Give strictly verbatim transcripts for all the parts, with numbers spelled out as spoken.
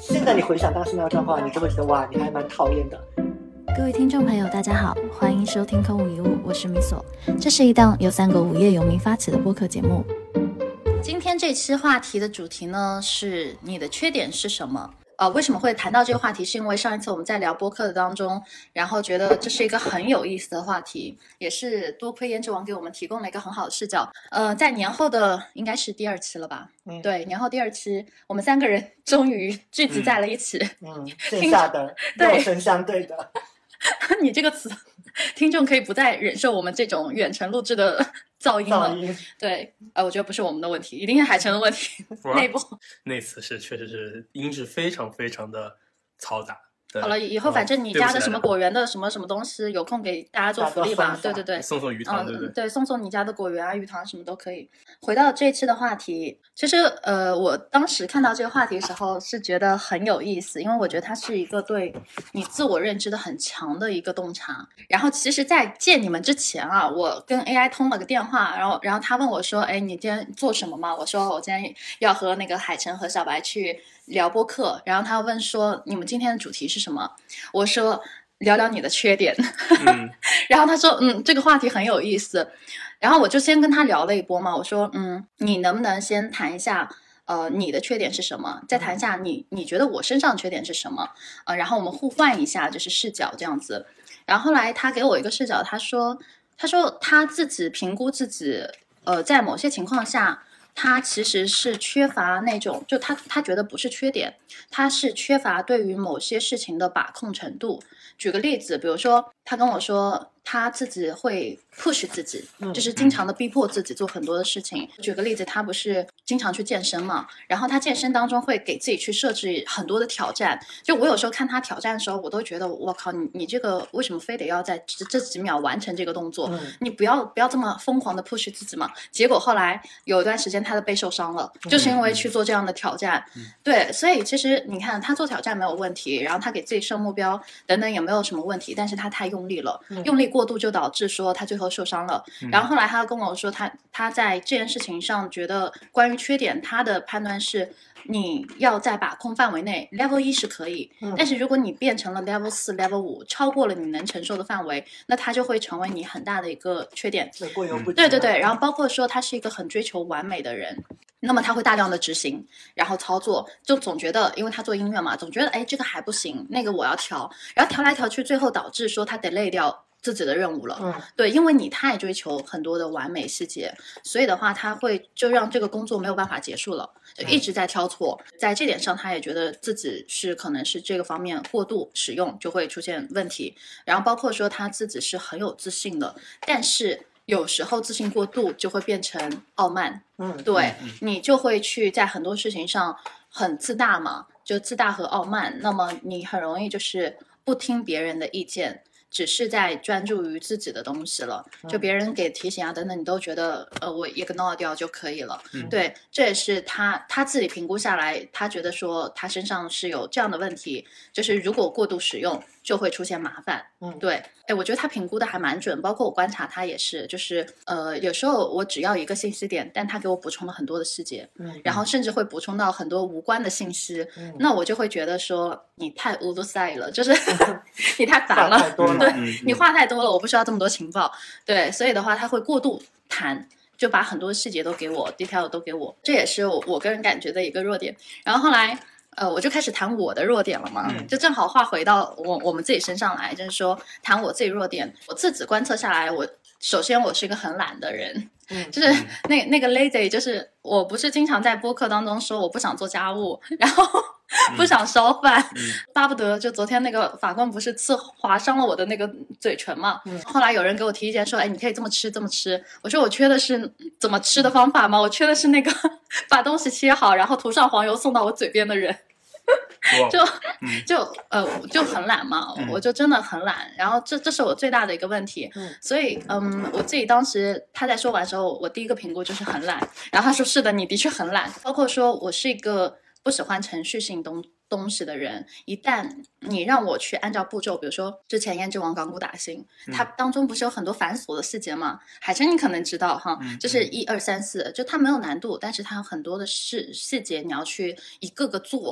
现在你回想当时那段话，你就会觉得哇，你还蛮讨厌的。 各位听众朋友大家好，欢迎收听空无一物，我是米索。这是一档由三个无业游民发起的播客节目。今天这期话题的主题呢是你的缺点是什么。呃，为什么会谈到这个话题，是因为上一次我们在聊播客的当中，然后觉得这是一个很有意思的话题，也是多亏胭脂王给我们提供了一个很好的视角。呃，在年后的应该是第二期了吧？嗯，对，年后第二期，我们三个人终于聚集在了一起。 嗯，线下的肉身相对的。 你这个词，听众可以不再忍受我们这种远程录制的噪音了。 噪音对，呃，我觉得不是我们的问题，一定是海城的问题。内部那次是确实是音质非常非常的嘈杂。 好了，以后反正你家的什么果园的什么什么东西，有空给大家做福利吧。对对对， 送送鱼塘， 嗯、 对不对？ 对，送送你家的果园啊、鱼塘什么都可以。回到这期的话题，其实呃，我当时看到这个话题的时候是觉得很有意思，因为我觉得它是一个对你自我认知的很强的一个洞察。然后其实，在见你们之前啊，我跟 A I 通了个电话，然后然后他问我说：“哎，你今天做什么吗？”我说：“我今天要和那个海城和小白去聊播客。”然后他问说：“你们今天的主题是什么？”我说：“聊聊你的缺点。嗯”然后他说：“嗯，这个话题很有意思。”然后我就先跟他聊了一波嘛，我说：“嗯，你能不能先谈一下？”呃，你的缺点是什么？再谈一下你你觉得我身上的缺点是什么？呃，然后我们互换一下就是视角这样子。然后后来他给我一个视角，他说他说他自己评估自己，呃，在某些情况下，他其实是缺乏那种，就他他觉得不是缺点，他是缺乏对于某些事情的把控程度。举个例子，比如说他跟我说他自己会 push 自己，就是经常的逼迫自己做很多的事情。举个例子，他不是经常去健身嘛，然后他健身当中会给自己去设置很多的挑战。就我有时候看他挑战的时候，我都觉得我靠，你你这个为什么非得要在这这几秒完成这个动作？嗯、你不要不要这么疯狂的 push 自己嘛。结果后来有一段时间他的背受伤了，就是因为去做这样的挑战。嗯、对，所以其实你看他做挑战没有问题，然后他给自己设目标等等也没有什么问题，但是他太用力了，嗯、用力过度就导致说他最后受伤了。嗯、然后后来他跟我说他他在这件事情上觉得关于缺点，他的判断是你要在把控范围内 level 一是可以，嗯、但是如果你变成了 level 四 level 五，超过了你能承受的范围，那它就会成为你很大的一个缺点。 过犹不及。 对对对，然后包括说他是一个很追求完美的人，那么他会大量的执行，然后操作，就总觉得，因为他做音乐嘛，总觉得哎这个还不行，那个我要调，然后调来调去，最后导致说他得累掉自己的任务了。嗯，对，因为你太追求很多的完美细节，所以的话他会就让这个工作没有办法结束了，就一直在挑错。在这点上他也觉得自己是可能是这个方面过度使用就会出现问题，然后包括说他自己是很有自信的，但是有时候自信过度就会变成傲慢。嗯，对，嗯、你就会去在很多事情上很自大嘛，就自大和傲慢，那么你很容易就是不听别人的意见，只是在专注于自己的东西了，就别人给提醒啊等等，你都觉得呃我 ignore 掉就可以了。嗯、对，这也是他他自己评估下来，他觉得说他身上是有这样的问题，就是如果过度使用就会出现麻烦。嗯，对，哎，我觉得他评估的还蛮准，包括我观察他也是，就是呃有时候我只要一个信息点，但他给我补充了很多的细节，嗯，然后甚至会补充到很多无关的信息，嗯、那我就会觉得说你太乌鲁塞了，就是你太烦了，对、嗯、你话太多了，我不需要这么多情报。对，所以的话他会过度谈，就把很多细节都给我 detail 都给我，这也是我我个人感觉的一个弱点。然后后来呃，我就开始谈我的弱点了嘛，嗯、就正好话回到我我们自己身上来，就是说谈我自己弱点。我自己观测下来，我首先我是一个很懒的人，嗯、就是那那个 lazy， 就是我不是经常在播客当中说我不想做家务，然后不想烧饭，嗯、巴不得就昨天那个法官不是刺划伤了我的那个嘴唇嘛，嗯、后来有人给我提意见说，哎，你可以这么吃这么吃，我说我缺的是怎么吃的方法吗？我缺的是那个把东西切好，然后涂上黄油送到我嘴边的人。就就呃就很懒嘛，嗯、我就真的很懒，然后这这是我最大的一个问题，嗯、所以嗯我自己当时他在说完的时候，我第一个评估就是很懒，然后他说是的，你的确很懒，包括说我是一个不喜欢程序性东东西的人，一旦你让我去按照步骤，比如说之前胭脂王港股打新，它当中不是有很多繁琐的细节吗？海参你可能知道哈，就是一二三四，就它没有难度，但是它有很多的细细节你要去一个个做。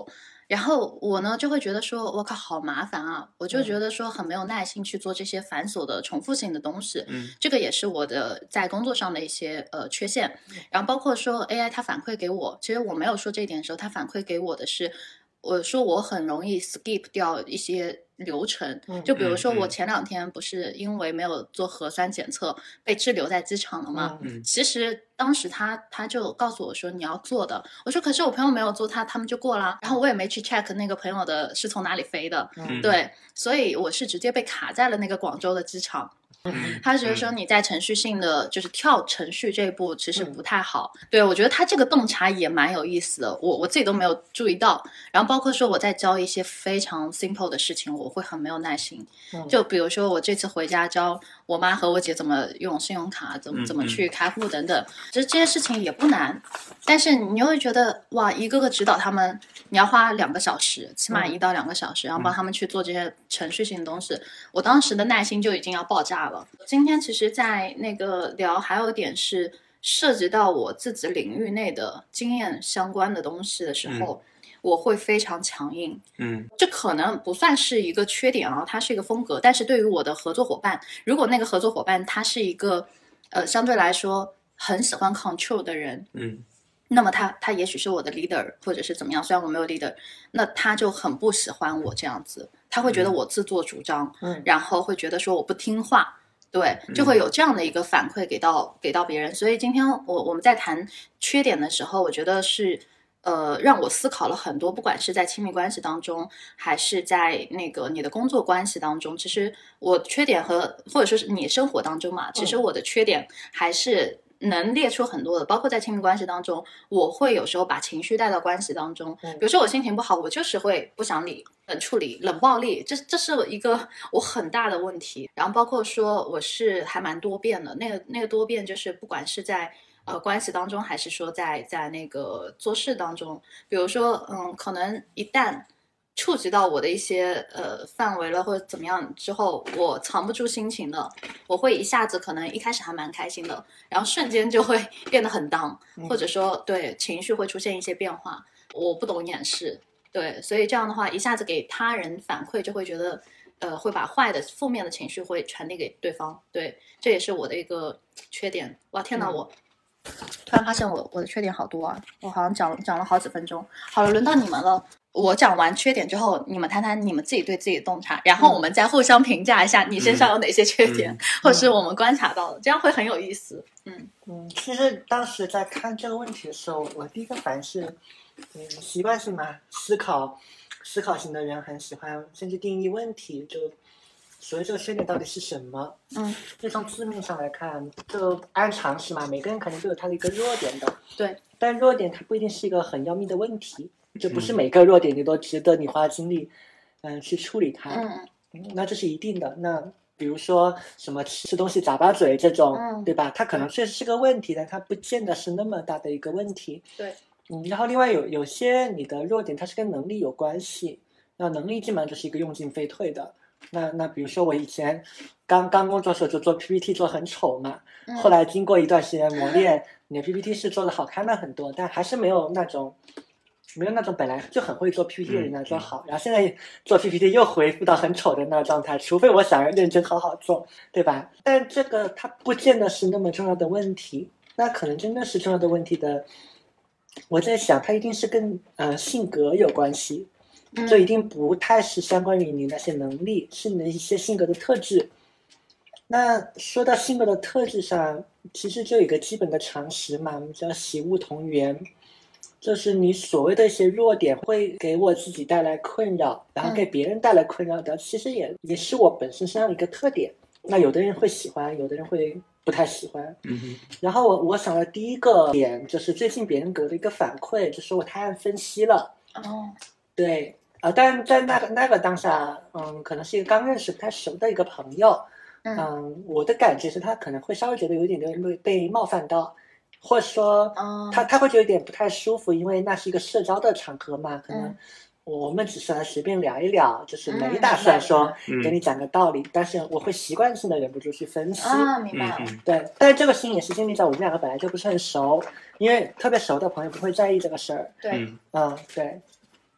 然后我呢就会觉得说，我靠，好麻烦啊！我就觉得说很没有耐心去做这些繁琐的、重复性的东西。 嗯， 这个也是我的在工作上的一些呃缺陷。然后包括说 A I 它反馈给我，其实我没有说这一点的时候，它反馈给我的是，我说我很容易 skip 掉一些流程。就比如说我前两天不是因为没有做核酸检测被滞留在机场了吗？ 嗯， 其实当时他他就告诉我说你要做的，我说可是我朋友没有做，他他们就过了，然后我也没去 check 那个朋友的是从哪里飞的， 嗯对，所以我是直接被卡在了那个广州的机场。 嗯他觉得说你在程序性的就是跳程序这一步其实不太好。嗯、对，我觉得他这个洞察也蛮有意思的，我我自己都没有注意到。然后包括说我在教一些非常 simple 的事情，我会很没有耐心。 嗯、 就比如说我这次回家教我妈和我姐怎么用信用卡，怎么怎么去开户等等，其实这些事情也不难，但是你又会觉得哇，一个个指导他们，你要花两个小时，起码一到两个小时，然后帮他们去做这些程序性的东西，我当时的耐心就已经要爆炸了。今天其实在那个聊还有一点是涉及到我自己领域内的经验相关的东西的时候、嗯、我会非常强硬。 嗯， 这可能不算是一个缺点啊，它是一个风格，但是对于我的合作伙伴，如果那个合作伙伴他是一个呃相对来说很喜欢 control 的人， 嗯， 那么他他也许是我的 leader 或者是怎么样，虽然我没有 leader， 那他就很不喜欢我这样子，他会觉得我自作主张、嗯、然后会觉得说我不听话，对，就会有这样的一个反馈给到、嗯、给到别人。所以今天我我们在谈缺点的时候，我觉得是呃让我思考了很多，不管是在亲密关系当中，还是在那个你的工作关系当中，其实我缺点和或者说是你生活当中嘛，其实我的缺点还是能列出很多的，包括在亲密关系当中，我会有时候把情绪带到关系当中。比如说我心情不好，我就是会不想理、冷处理、冷暴力，这这是一个我很大的问题。然后包括说我是还蛮多变的，那个那个多变就是不管是在呃关系当中，还是说在在那个做事当中，比如说嗯，可能一旦触及到我的一些呃范围了或者怎么样之后，我藏不住心情的，我会一下子可能一开始还蛮开心的，然后瞬间就会变得很down，或者说对情绪会出现一些变化，我不懂掩饰，对，所以这样的话一下子给他人反馈就会觉得呃会把坏的负面的情绪会传递给对方，对，这也是我的一个缺点。哇天哪，我突然发现我我的缺点好多啊，我好像讲讲了好几分钟。好了，轮到你们了。我讲完缺点之后，你们谈谈你们自己对自己的洞察，然后我们再互相评价一下你身上有哪些缺点，嗯、或是我们观察到的，这样会很有意思。嗯嗯，其实当时在看这个问题的时候，我第一个反应是，嗯，习惯性嘛，思考，思考型的人很喜欢甚至定义问题，就所谓这个缺点到底是什么？ 嗯， 就从字面上来看，就按常识嘛，每个人肯定都有他的一个弱点的。 对， 但弱点它不一定是一个很要命的问题。就不是每个弱点你都值得你花精力嗯、呃、去处理它， 嗯， 那这是一定的。那比如说什么吃东西咂巴嘴这种、 嗯、 对吧，它可能确实是个问题，但它不见得是那么大的一个问题。 对， 嗯，然后另外有有些你的弱点它是跟能力有关系，那能力基本上就是一个用进废退的。那那比如说我以前刚刚工作的时候就做 P P T 做很丑嘛、嗯、后来经过一段时间磨练，你的 P P T 是做的好看了很多，但还是没有那种没有那种本来就很会做 P P T 的人来做好、嗯、然后现在做 P P T 又恢复到很丑的那个状态，除非我想要认真好好做，对吧？但这个它不见得是那么重要的问题，那可能真的是重要的问题的，我在想它一定是跟呃性格有关系，这一定不太是相关于你那些能力，是你的一些性格的特质。那说到性格的特质上，其实就有一个基本的常识嘛，我们叫习物同源，就是你所谓的一些弱点会给我自己带来困扰，然后给别人带来困扰的、嗯、其实也也是我本身身上的一个特点。那有的人会喜欢，有的人会不太喜欢。 嗯哼。 然后我我想的第一个点就是最近别人给我的一个反馈，就是我太爱分析了。 哦。 对，呃，但在那个那个当下，嗯，可能是一个刚认识不太熟的一个朋友，嗯，嗯我的感觉是他可能会稍微觉得有点被被冒犯到。或者说他他会觉得有点不太舒服，因为那是一个社交的场合嘛，可能我们只是来随便聊一聊，就是没打算说给你讲个道理、嗯、但是我会习惯性的忍不住去分析啊，明白了。 对，但是这个心也是建立在我们两个本来就不是很熟，因为特别熟的朋友不会在意这个事儿。 对， 嗯，对。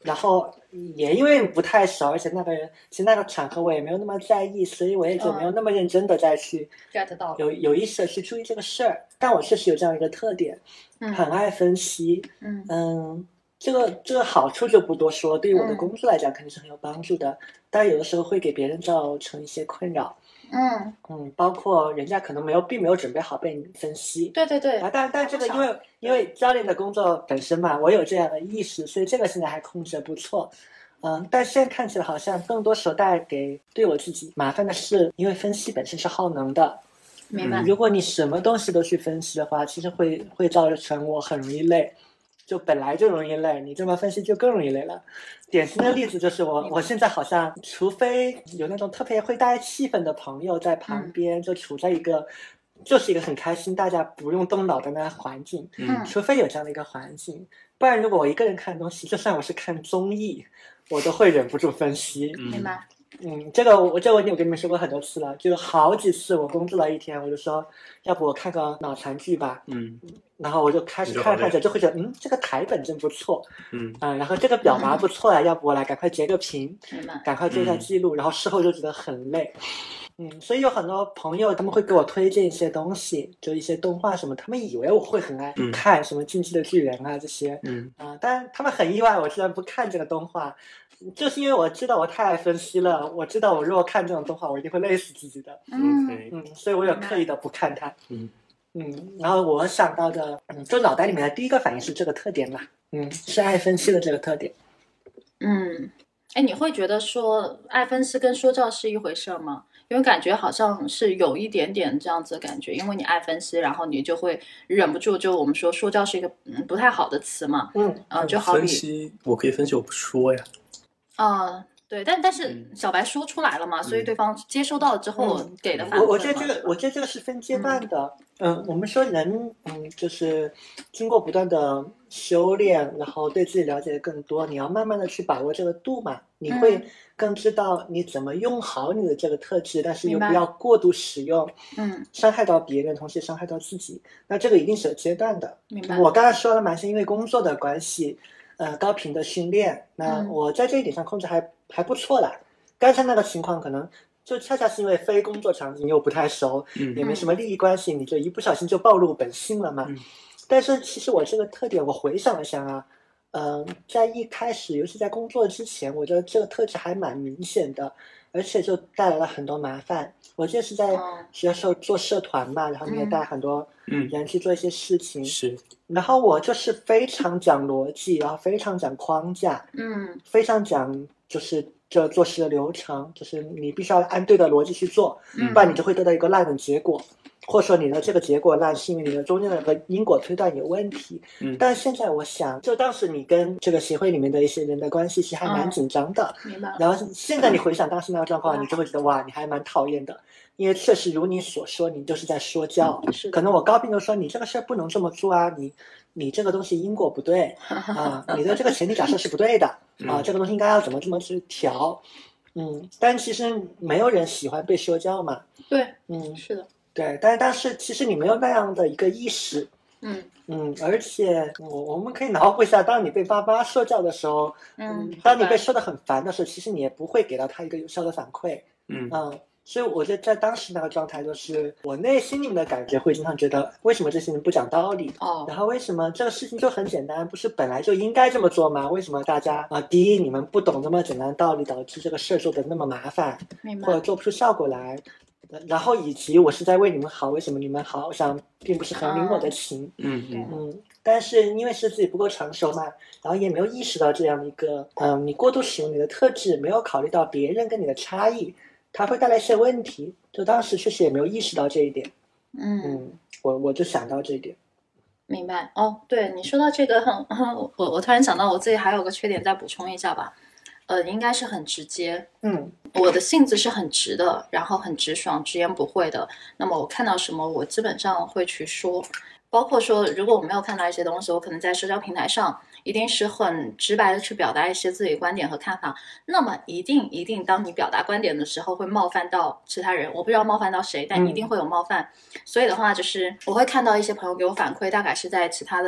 然后也因为不太熟，而且那个人其实那个场合我也没有那么在意，所以我也就没有那么认真的再去 get 到有有意识的去注意这个事儿。但我确实有这样一个特点， 嗯很爱分析。 嗯嗯，这个这个好处就不多说，对于我的工作来讲肯定是很有帮助的，但有的时候会给别人造成一些困扰。 嗯嗯，包括人家可能没有并没有准备好被你分析。 对对对啊，但但这个因为因为教练的工作本身嘛，我有这样的意识，所以这个现在还控制得不错。嗯，但现在看起来好像更多时候带给对我自己麻烦的是，因为分析本身是耗能的。 明白。 如果你什么东西都去分析的话，其实会会造成我很容易累，就本来就容易累，你这么分析就更容易累了。典型的例子就是我我现在好像，除非有那种特别会带气氛的朋友在旁边，嗯、就处在一个就是一个很开心，大家不用动脑的那个环境， 嗯， 除非有这样的一个环境，不然如果我一个人看东西，就算我是看综艺，我都会忍不住分析。 明白。 嗯，这个我这个问题我跟你们说过很多次了，就好几次我工作了一天，我就说，要不我看个脑残剧吧， 嗯， 然后我就开始看着看着就会觉得，嗯，这个台本真不错， 嗯啊、呃，然后这个表达不错呀、啊，要不我来赶快截个屏，赶快做一下记录， 嗯、 然后事后就觉得很累，嗯，所以有很多朋友他们会给我推荐一些东西，就一些动画什么，他们以为我会很爱看什么《进击的巨人》啊这些， 嗯啊、呃，但他们很意外，我居然不看这个动画。就是因为我知道我太爱分析了，我知道我如果看这种动画，我一定会累死自己的。 嗯嗯，所以我有刻意的不看它。 嗯嗯，然后我想到的，嗯，就脑袋里面的第一个反应是这个特点嘛，嗯，是爱分析的这个特点。 嗯，哎，你会觉得说爱分析跟说教是一回事吗？因为感觉好像是有一点点这样子的感觉，因为你爱分析，然后你就会忍不住，就我们说说教是一个嗯不太好的词嘛， 嗯， 呃，就好比分析，我可以分析，我不说呀。 啊、呃，对，但但是小白说出来了嘛，嗯、所以对方接收到了之后、嗯、给的反馈。 我我觉得这个，我觉得这个是分阶段的。嗯，嗯我们说人，嗯，就是经过不断的修炼，然后对自己了解的更多，你要慢慢的去把握这个度嘛，你会更知道你怎么用好你的这个特质，但是又不要过度使用， 嗯， 伤害到别人，同时伤害到自己。那这个一定是有阶段的。 明白。 我刚才说了嘛，是因为工作的关系。呃，高频的训练，那我在这一点上控制还、嗯、还不错啦。刚才那个情况可能就恰恰是因为非工作场景又不太熟， 嗯， 也没什么利益关系，你就一不小心就暴露本性了嘛。 嗯、 但是其实我这个特点，我回想了想啊，嗯、呃，在一开始，尤其在工作之前，我觉得这个特质还蛮明显的，而且就带来了很多麻烦。我记得是在学校时候做社团嘛，然后你也带很多人去做一些事情， 嗯、是。 然后我就是非常讲逻辑，然后非常讲框架， 嗯， 非常讲就是这做事的流程，就是你必须要按对的逻辑去做， 嗯、 不然你就会得到一个烂的结果，或者说你的这个结果烂是因为你的中间的个因果推断有问题。 嗯， 但是现在我想，就当时你跟这个协会里面的一些人的关系其实还蛮紧张的， 嗯、明白。 然后现在你回想当时那个状况，你就会觉得哇，你还蛮讨厌的。因为确实如你所说，你就是在说教。 是可能我高频就说你这个事儿不能这么做啊，你你这个东西因果不对啊，你的这个前提假设是不对的啊，这个东西应该要怎么这么去调。嗯，但其实没有人喜欢被说教嘛。 对， 嗯， 是的， 对，但但是其实你没有那样的一个意识。 嗯嗯，而且我我们可以脑补一下，当你被爸妈说教的时候， 嗯， 当你被说得很烦的时候，其实你也不会给到他一个有效的反馈。 嗯嗯。所以我觉得在当时那个状态，就是我内心里面的感觉会经常觉得，为什么这些人不讲道理？ 哦， 然后为什么这个事情就很简单，不是本来就应该这么做吗？为什么大家啊、呃，第一你们不懂这么简单的道理，导致这个事儿做的那么麻烦，或者做不出效果来？然后以及我是在为你们好，为什么你们好像并不是很领我的情？ 嗯嗯嗯，但是因为是自己不够成熟嘛，然后也没有意识到这样一个，嗯，你过度使用你的特质，没有考虑到别人跟你的差异。它会带来一些问题，就当时确实也没有意识到这一点。 嗯嗯，我我就想到这一点。 明白哦，对你说到这个，很我我突然想到我自己还有个缺点，再补充一下吧。呃，应该是很直接。 嗯， 我的性子是很直的，然后很直爽，直言不讳的。那么我看到什么，我基本上会去说。包括说，如果我没有看到一些东西，我可能在社交平台上一定是很直白的去表达一些自己观点和看法。那么一定一定，当你表达观点的时候，会冒犯到其他人。我不知道冒犯到谁，但一定会有冒犯。嗯、所以的话，就是我会看到一些朋友给我反馈，大概是在其他的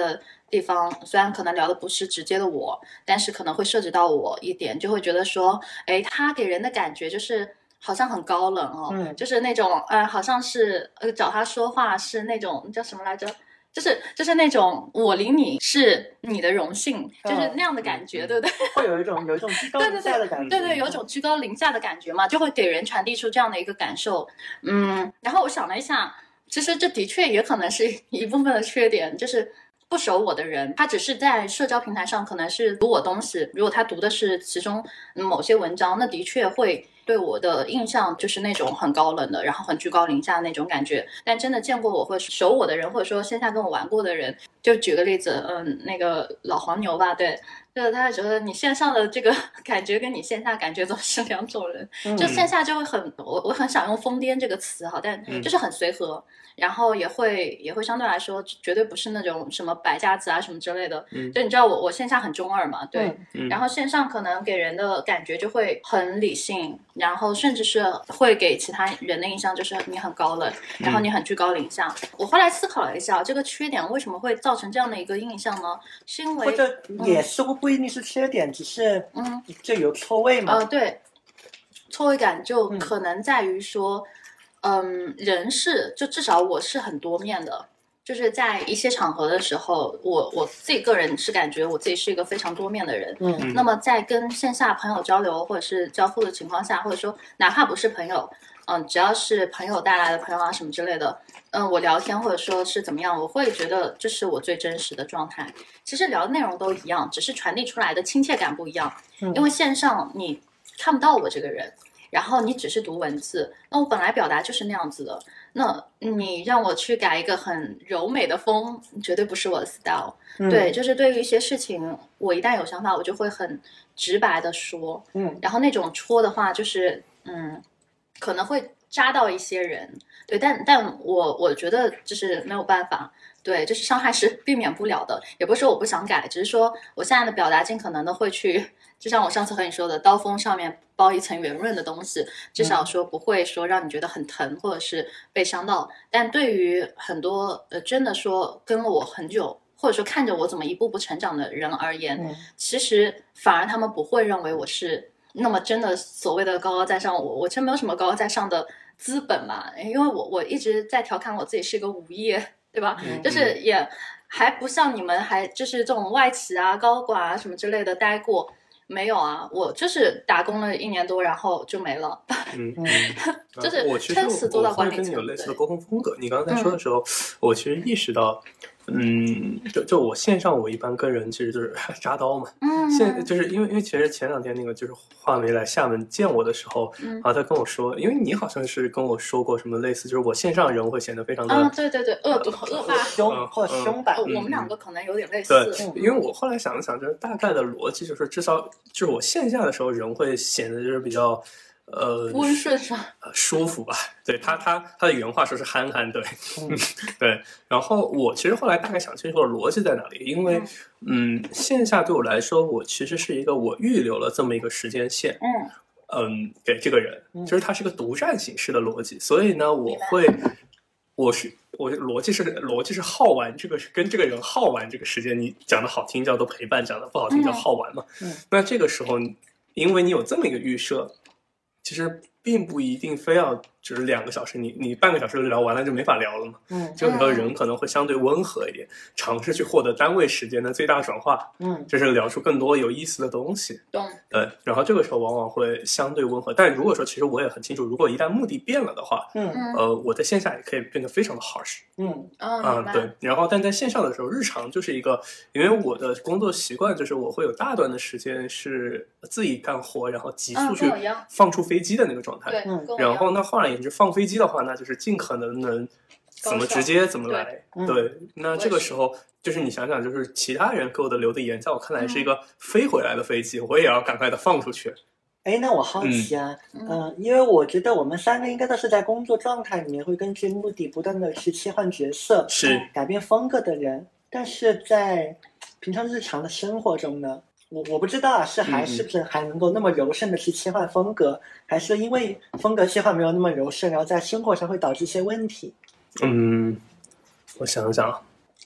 地方，虽然可能聊的不是直接的我，但是可能会涉及到我一点，就会觉得说，哎，他给人的感觉就是好像很高冷哦， 嗯就是那种呃，好像是呃找他说话是那种叫什么来着？就是就是那种我理你是你的荣幸，就是那样的感觉， 嗯对不对？ 会有一种有一种居高临下的感觉， 对对，有一种居高临下的感觉嘛，就会给人传递出这样的一个感受。嗯，然后我想了一下，其实这的确也可能是一部分的缺点，就是不熟我的人，他只是在社交平台上可能是读我东西，如果他读的是其中某些文章，那的确会对我的印象就是那种很高冷的，然后很居高临下的那种感觉。但真的见过我或熟我的人，或者说线下跟我玩过的人，就举个例子，嗯，那个老黄牛吧，对。就是他觉得你线上的这个感觉跟你线下感觉都是两种人， 嗯、 就线下就会很我我很想用疯癫这个词哈，但就是很随和，嗯、然后也会也会相对来说绝对不是那种什么摆架子啊什么之类的， 嗯、 就你知道我我线下很中二嘛，对， 嗯、 然后线上可能给人的感觉就会很理性，然后甚至是会给其他人的印象就是你很高冷，然后你很居高临下。嗯、我后来思考了一下，这个缺点为什么会造成这样的一个印象呢？是因为或者也似乎不一定是缺点，嗯、只是嗯，就有错位嘛。 呃，对，错位感就可能在于说，嗯，嗯人是就至少我是很多面的。就是在一些场合的时候，我我自己个人是感觉我自己是一个非常多面的人。 嗯， 那么在跟线下朋友交流或者是交互的情况下，或者说哪怕不是朋友，嗯，只要是朋友带来的朋友啊什么之类的，嗯，我聊天或者说是怎么样，我会觉得这是我最真实的状态。其实聊的内容都一样，只是传递出来的亲切感不一样。 嗯、 因为线上你看不到我这个人。然后你只是读文字，那我本来表达就是那样子的，那你让我去改一个很柔美的风，绝对不是我的 style。嗯、对，就是对于一些事情，我一旦有想法，我就会很直白的说。嗯，然后那种戳的话，就是嗯，可能会扎到一些人。对，但但我我觉得就是没有办法。对，就是伤害是避免不了的，也不是说我不想改，只是说我现在的表达尽可能的会去，就像我上次和你说的，刀锋上面包一层圆润的东西，至少说不会说让你觉得很疼，或者是被伤到。但对于很多呃真的说跟了我很久，或者说看着我怎么一步步成长的人而言，嗯、其实反而他们不会认为我是那么真的所谓的高高在上，我我真没有什么高高在上的资本嘛，因为我我一直在调侃我自己是一个无业。对吧？嗯、就是也还不像你们还就是这种外企啊、高管啊什么之类的待过，没有啊，我就是打工了一年多，然后就没了。 嗯嗯， 就是撑死做到管理层。 我其实我会跟你有类似的沟通风格。你刚才说的时候，嗯、我其实意识到。嗯，就就我线上我一般跟人其实就是扎刀嘛，嗯，现就是因为因为其实前两天那个就是华为来厦门见我的时候，嗯，然后他跟我说，因为你好像是跟我说过什么类似，就是我线上人会显得非常的， 啊，对对对，恶毒恶霸凶或凶吧， 我们两个可能有点类似， 对，因为我后来想了想，就是大概的逻辑就是至少就是我线下的时候人会显得就是比较。呃， 温顺上、 呃、舒服吧？对他，他他的原话说是憨憨，对，嗯、对。然后我其实后来大概想清楚了逻辑在哪里，因为嗯，线下对我来说，我其实是一个我预留了这么一个时间线，嗯嗯，给这个人，就是它是个独占形式的逻辑，所以呢，我会，我是我逻辑是逻辑是耗完这个跟这个人耗完这个时间，你讲的好听叫做陪伴，讲的不好听叫耗完嘛。嗯，那这个时候，因为你有这么一个预设。其实并不一定非要就是两个小时，你你半个小时聊完了就没法聊了嘛。嗯，这个人可能会相对温和一点，尝试去获得单位时间的最大转化。嗯，就是聊出更多有意思的东西。懂。对，然后这个时候往往会相对温和。但如果说其实我也很清楚，如果一旦目的变了的话，嗯呃，我在线下也可以变得非常的 harsh。嗯啊、嗯，对。然后但在线上的时候，日常就是一个，因为我的工作习惯就是我会有大段的时间是自己干活，然后急速去放出飞机的那个状态。对，然后那换而言之，放飞机的话，那就是尽可能能怎么直接怎么来。对，对那这个时候就是你想想，就是其他人给我的留的言，在我看来是一个飞回来的飞机，我也要赶快的放出去。 哎，那我好奇啊，嗯、呃，因为我觉得我们三个应该都是在工作状态里面会根据目的不断的去切换角色， 是改变风格的人，但是在平常日常的生活中呢？我我不知道啊，是还是不是还能够那么柔顺的去切换风格，嗯、还是因为风格切换没有那么柔顺，然后在生活上会导致一些问题？ 嗯，我想想，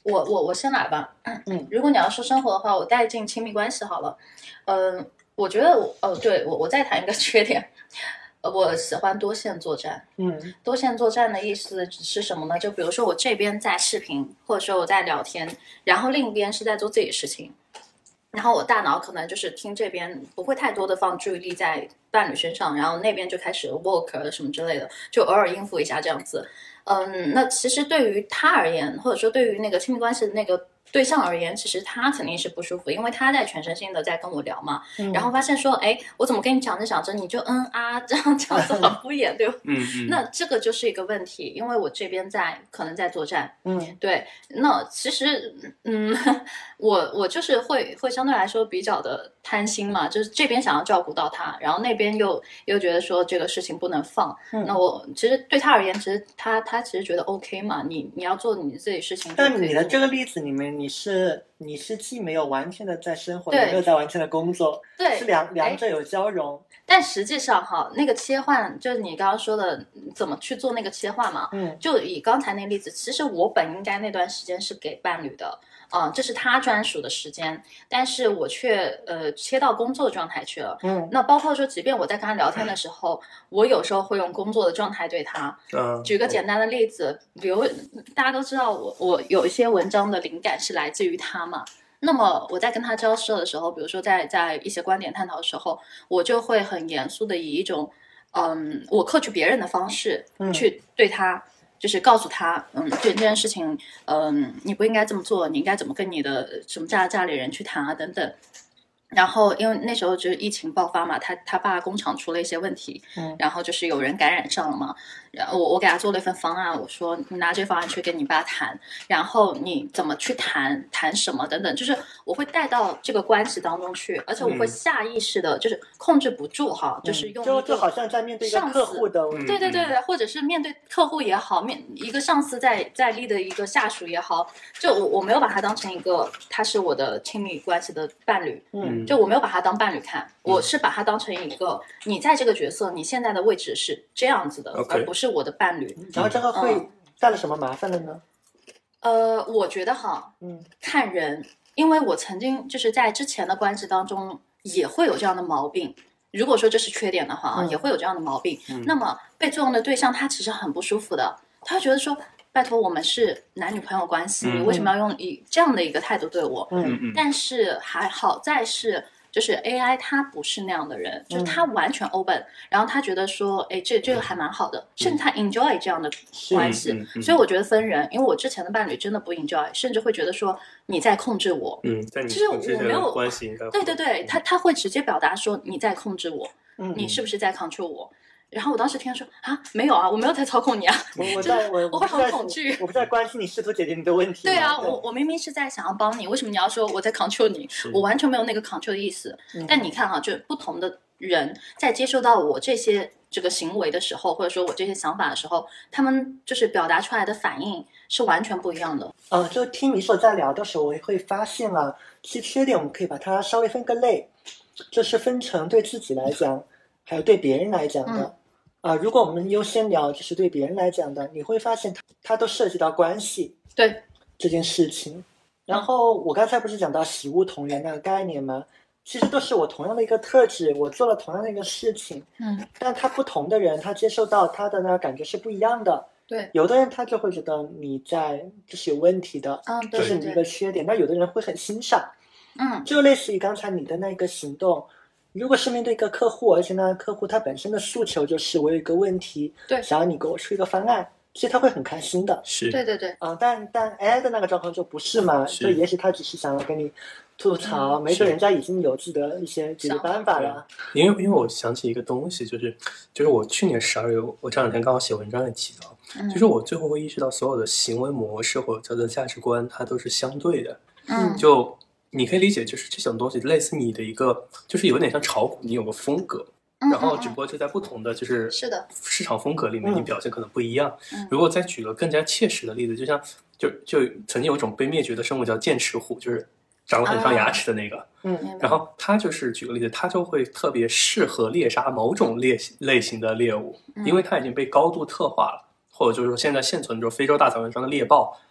我我我先来吧。 嗯， 如果你要说生活的话，我带进亲密关系好了。嗯、呃，我觉得我哦，对我我再谈一个缺点，呃，我喜欢多线作战。 嗯， 多线作战的意思是什么呢？就比如说我这边在视频，或者说我在聊天，然后另一边是在做自己的事情。然后我大脑可能就是听这边不会太多的放注意力在伴侣身上，然后那边就开始 work 什么之类的，就偶尔应付一下这样子。嗯，那其实对于他而言，或者说对于那个亲密关系的那个对象而言，其实他肯定是不舒服，因为他在全身心的在跟我聊嘛， 嗯然后发现说，哎，我怎么跟你讲着讲着你就嗯啊这样这样子很敷衍，对吧？ 嗯嗯， 那这个就是一个问题，因为我这边在可能在作战， 嗯， 对，那其实嗯，我我就是会会相对来说比较的贪心嘛，就是这边想要照顾到他，然后那边又又觉得说这个事情不能放， 嗯那我其实对他而言，其实他他其实觉得 OK 嘛，你你要做你自己事情就可以做。 但你的这个例子里面，你是你是既没有完全的在生活， 对也没有在完全的工作， 对是两两者有交融。 但实际上哈，那个切换就是你刚刚说的怎么去做那个切换嘛。 嗯， 就以刚才那例子，其实我本应该那段时间是给伴侣的，啊、呃，这是他专属的时间，但是我却呃切到工作状态去了。 嗯， 那包括说，即便我在跟他聊天的时候，我有时候会用工作的状态对他。 嗯， 举个简单的例子，比如大家都知道我我有一些文章的灵感是来自于他嘛。那么我在跟他交涉的时候，比如说在在一些观点探讨的时候，我就会很严肃的以一种嗯我克制别人的方式去对他，嗯、就是告诉他，嗯，这这件事情，嗯，你不应该这么做，你应该怎么跟你的什么家家里人去谈啊，等等。然后因为那时候就是疫情爆发嘛，他他爸工厂出了一些问题， 嗯， 然后就是有人感染上了嘛，然后我我给他做了一份方案，我说你拿这方案去跟你爸谈，然后你怎么去谈，谈什么等等，就是我会带到这个关系当中去，而且我会下意识的，就是控制不住哈， 嗯、 就是用就就好像在面对一个客户的， 对对对对，或者是面对客户也好，面一个上司在在立的一个下属也好，就我我没有把他当成一个他是我的亲密关系的伴侣， 嗯。 就我没有把他当伴侣看，我是把他当成一个你在这个角色，你现在的位置是这样子的， okay. 而不是我的伴侣。 然后这个会带来什么麻烦了呢？ 呃，我觉得哈， 嗯， 看人，因为我曾经就是在之前的关系当中也会有这样的毛病。如果说这是缺点的话啊， 嗯、 也会有这样的毛病。 嗯、 那么被作用的对象他其实很不舒服的，他会觉得说。拜托，我们是男女朋友关系， 嗯、 你为什么要用以这样的一个态度对我？ 嗯嗯， 但是还好在是，就是 A I 它不是那样的人，就是他完全 open，、嗯、然后他觉得说，哎，这这个还蛮好的，甚至他 enjoy 这样的关系。 嗯嗯、 所以我觉得分人，因为我之前的伴侣真的不 enjoy， 甚至会觉得说你在控制我。 嗯，在你其实我没有关系应该对对对，他他会直接表达说你在控制我， 嗯、 你是不是在 control 我？然后我当时听说啊，没有啊，我没有在操控你啊， 我我在我我会很恐惧， 我不在关心你试图解决你的问题。 对啊，我我明明是在想要帮你，为什么你要说我在 control 你？我完全没有那个 control 的意思。 嗯、 但你看哈、啊，就不同的人在接受到我这些这个行为的时候，或者说我这些想法的时候，他们就是表达出来的反应是完全不一样的。 嗯、呃，就听米索在聊的时候，我也会发现啊，其实缺点我们可以把它稍微分个类，就是分成对自己来讲，还有对别人来讲的。 嗯啊、呃，如果我们优先聊就是对别人来讲的，你会发现它它都涉及到关系对这件事情。然后我刚才不是讲到喜恶同源那个概念吗？其实都是我同样的一个特质，我做了同样的一个事情， 嗯， 但他不同的人，他接受到他的那个感觉是不一样的。 对， 有的人他就会觉得你在这是有问题的， 嗯， 这是你一个缺点。那有的人会很欣赏， 嗯， 就类似于刚才你的那个行动。如果是面对一个客户，而且那个客户他本身的诉求就是我有一个问题， 对， 想要你给我出一个方案，其实他会很开心的。 是， 对对对， 啊、呃，但但 A I 的那个状况就不是嘛，所以也许他只是想要跟你吐槽，嗯、没准人家已经有自己的一些解决办法了。 因为因为我想起一个东西，就是就是我去年十二月，我这两天刚好写文章也提到， 嗯、 就是我最后会意识到，所有的行为模式或者叫做价值观，它都是相对的。 嗯， 就。你可以理解，就是这种东西类似你的一个，就是有点像炒股，你有个风格， 嗯、 然后只不过就在不同的就是是的市场风格里面，你表现可能不一样。 嗯、 如果再举个更加切实的例子，就像就就曾经有一种被灭绝的生物叫剑齿虎，就是长得很像牙齿的那个， 嗯、 啊，然后它就是举个例子，它就会特别适合猎杀某种猎类型的猎物， 嗯、 因为它已经被高度特化了，或者就是说现在现存就是非洲大草原上的猎豹。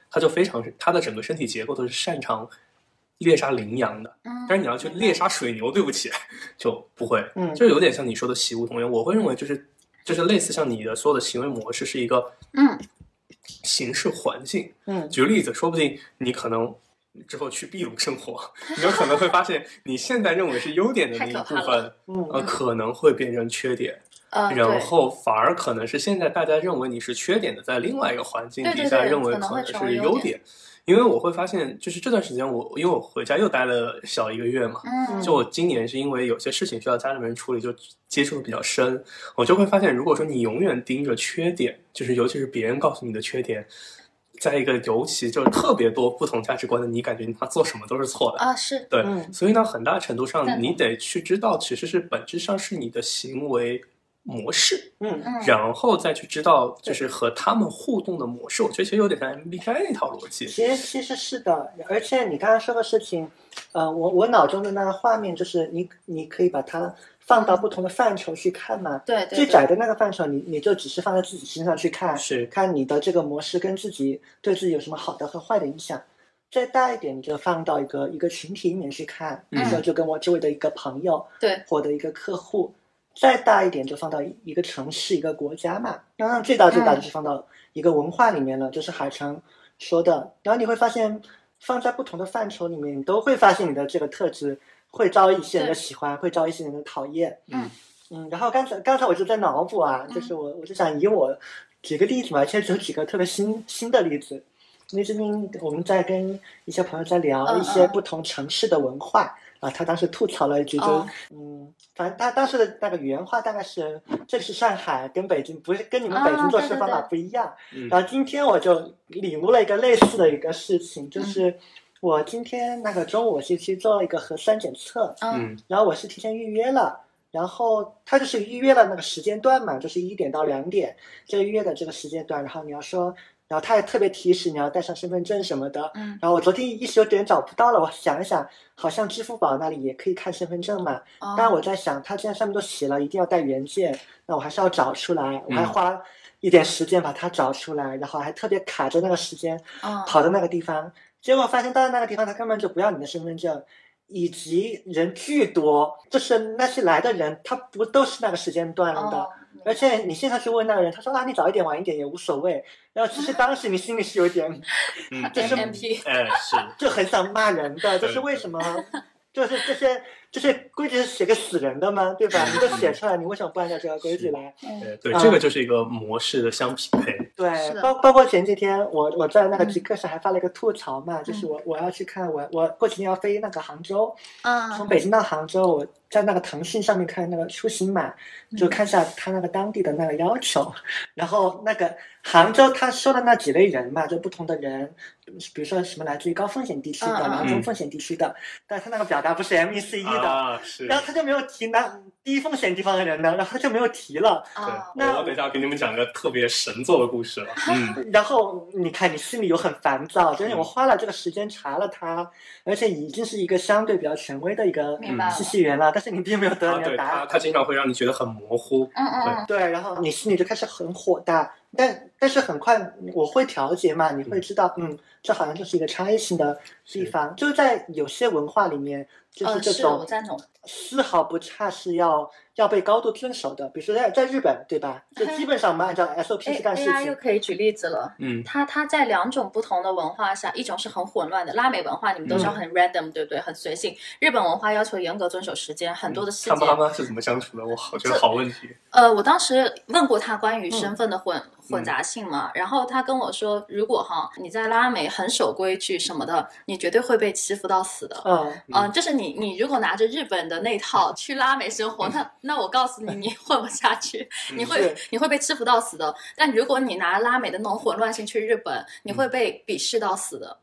他就非常他的整个身体结构都是擅长猎杀羚羊的， 嗯， 但是你要去猎杀水牛，对不起，就不会， 嗯， 就有点像你说的习武同源。我会认为就是就是类似像你的所有的行为模式是一个嗯形式环境。 嗯， 举个例子，说不定你可能之后去秘鲁生活，你有可能会发现你现在认为是优点的那一部分， 嗯呃，可能会变成缺点。 呃， 然后反而可能是现在大家认为你是缺点的，在另外一个环境底下认为可能是优点。因为我会发现，就是这段时间我因为我回家又待了小一个月嘛， 嗯， 就我今年是因为有些事情需要家里面处理，就接触的比较深，我就会发现，如果说你永远盯着缺点，就是尤其是别人告诉你的缺点，在一个尤其就是特别多不同价值观的你，感觉他做什么都是错的啊，是对、 嗯， 所以呢，很大程度上你得去知道，其实是本质上是你的行为模式， 嗯嗯， 然后再去知道就是和他们互动的模式。我觉得其实有点像 M B T I 那套逻辑。 其实其实是的，而且你刚刚说的事情，呃，我我脑中的那个画面就是你你可以把它放到不同的范畴去看嘛。 对对， 最窄的那个范畴，你你就只是放在自己身上去看， 是看你的这个模式跟自己对自己有什么好的和坏的影响。再大一点，你就放到一个一个群体里面去看，比如说就跟我周围的一个朋友， 对， 或者一个客户。再大一点就放到一个城市一个国家嘛，然后最大最大就是放到一个文化里面了，嗯、就是海城说的。然后你会发现放在不同的范畴里面，你都会发现你的这个特质会招一些人的喜欢，会招一些人的讨厌。 嗯嗯，然后刚才刚才我就在脑补啊，就是我我就想以我举个例子嘛，现在只有几个特别新新的例子。因为最近我们在跟一些朋友在聊一些不同城市的文化。嗯嗯啊，他当时吐槽了一句就，就、哦、嗯，反正他当时的那个原话大概是：这是上海，跟北京不是跟你们北京做事方法不一样。 哦、对对对然后今天我就领悟了一个类似的一个事情，就是我今天那个中午我是去做了一个核酸检测， 嗯， 然后我是提前预约了，然后他就是预约了那个时间段嘛，就是一点到两点这个预约的这个时间段，然后你要说。然后他也特别提示你要带上身份证什么的， 嗯， 然后我昨天一时有点找不到了，我想一想，好像支付宝那里也可以看身份证嘛， 哦、 但我在想，他既然上面都写了一定要带原件，那我还是要找出来，我还花一点时间把它找出来，然后还特别卡着那个时间， 哦、 跑到那个地方，结果发现到那个地方他根本就不要你的身份证。以及人巨多，就是那些来的人，他不都是那个时间段的， 哦、 而且你现在去问那个人，他说啊，你早一点晚一点也无所谓。然后其实当时你心里是有点， 嗯， 就是哎是， 就很想骂人的，就是为什么，就是这些这些规矩是写给死人的吗？对吧？你都写出来，你为什么不按照这个规矩来？ 对对、嗯，这个就是一个模式的相匹配。 对，包包括前几天我我在那个极客上还发了一个吐槽嘛，嗯、就是我我要去看我我过几天要飞那个杭州， 嗯， 从北京到杭州，我在那个腾讯上面看那个出行码，就看一下他那个当地的那个要求，嗯、然后那个杭州他说的那几类人嘛，就不同的人，比如说什么来自于高风险地区的，然后中风险地区的，嗯、但他那个表达不是 M E C E 的， 啊、是然后他就没有提那低风险地方的人呢，然后他就没有提了。 对，那我等一下给你们讲个特别神作的故事了。嗯， 然后你看你心里又很烦躁，就是我花了这个时间查了他，而且已经是一个相对比较权威的一个信息源了，但是你并没有得到你的答案。 啊、他经常会让你觉得很模糊。 嗯嗯， 对，然后你心里就开始很火大，但但是很快我会调节嘛，你会知道，嗯，这好像就是一个差异性的地方，就是在有些文化里面，就是这种丝毫不差是要要被高度遵守的。比如说在在日本，对吧？就基本上我们按照 S O P 去干事情。 A I 又可以举例子了。 嗯， 它它在两种不同的文化下，一种是很混乱的拉美文化，你们都知道很 random，、嗯、对不对？很随性。日本文化要求严格遵守时间，很多的细节。 他妈妈是怎么相处的？我好觉得好问题。 呃，我当时问过他关于身份的混、嗯、混杂性嘛，然后他跟我说，如果哈你在拉美很守规矩什么的，你绝对会被欺负到死的。 嗯嗯、呃，就是你你如果拿着日本的那套去拉美生活，那那我告诉你，你混不下去，你会你会被欺负到死的。但如果你拿拉美的那种混乱性去日本，你会被鄙视到死的。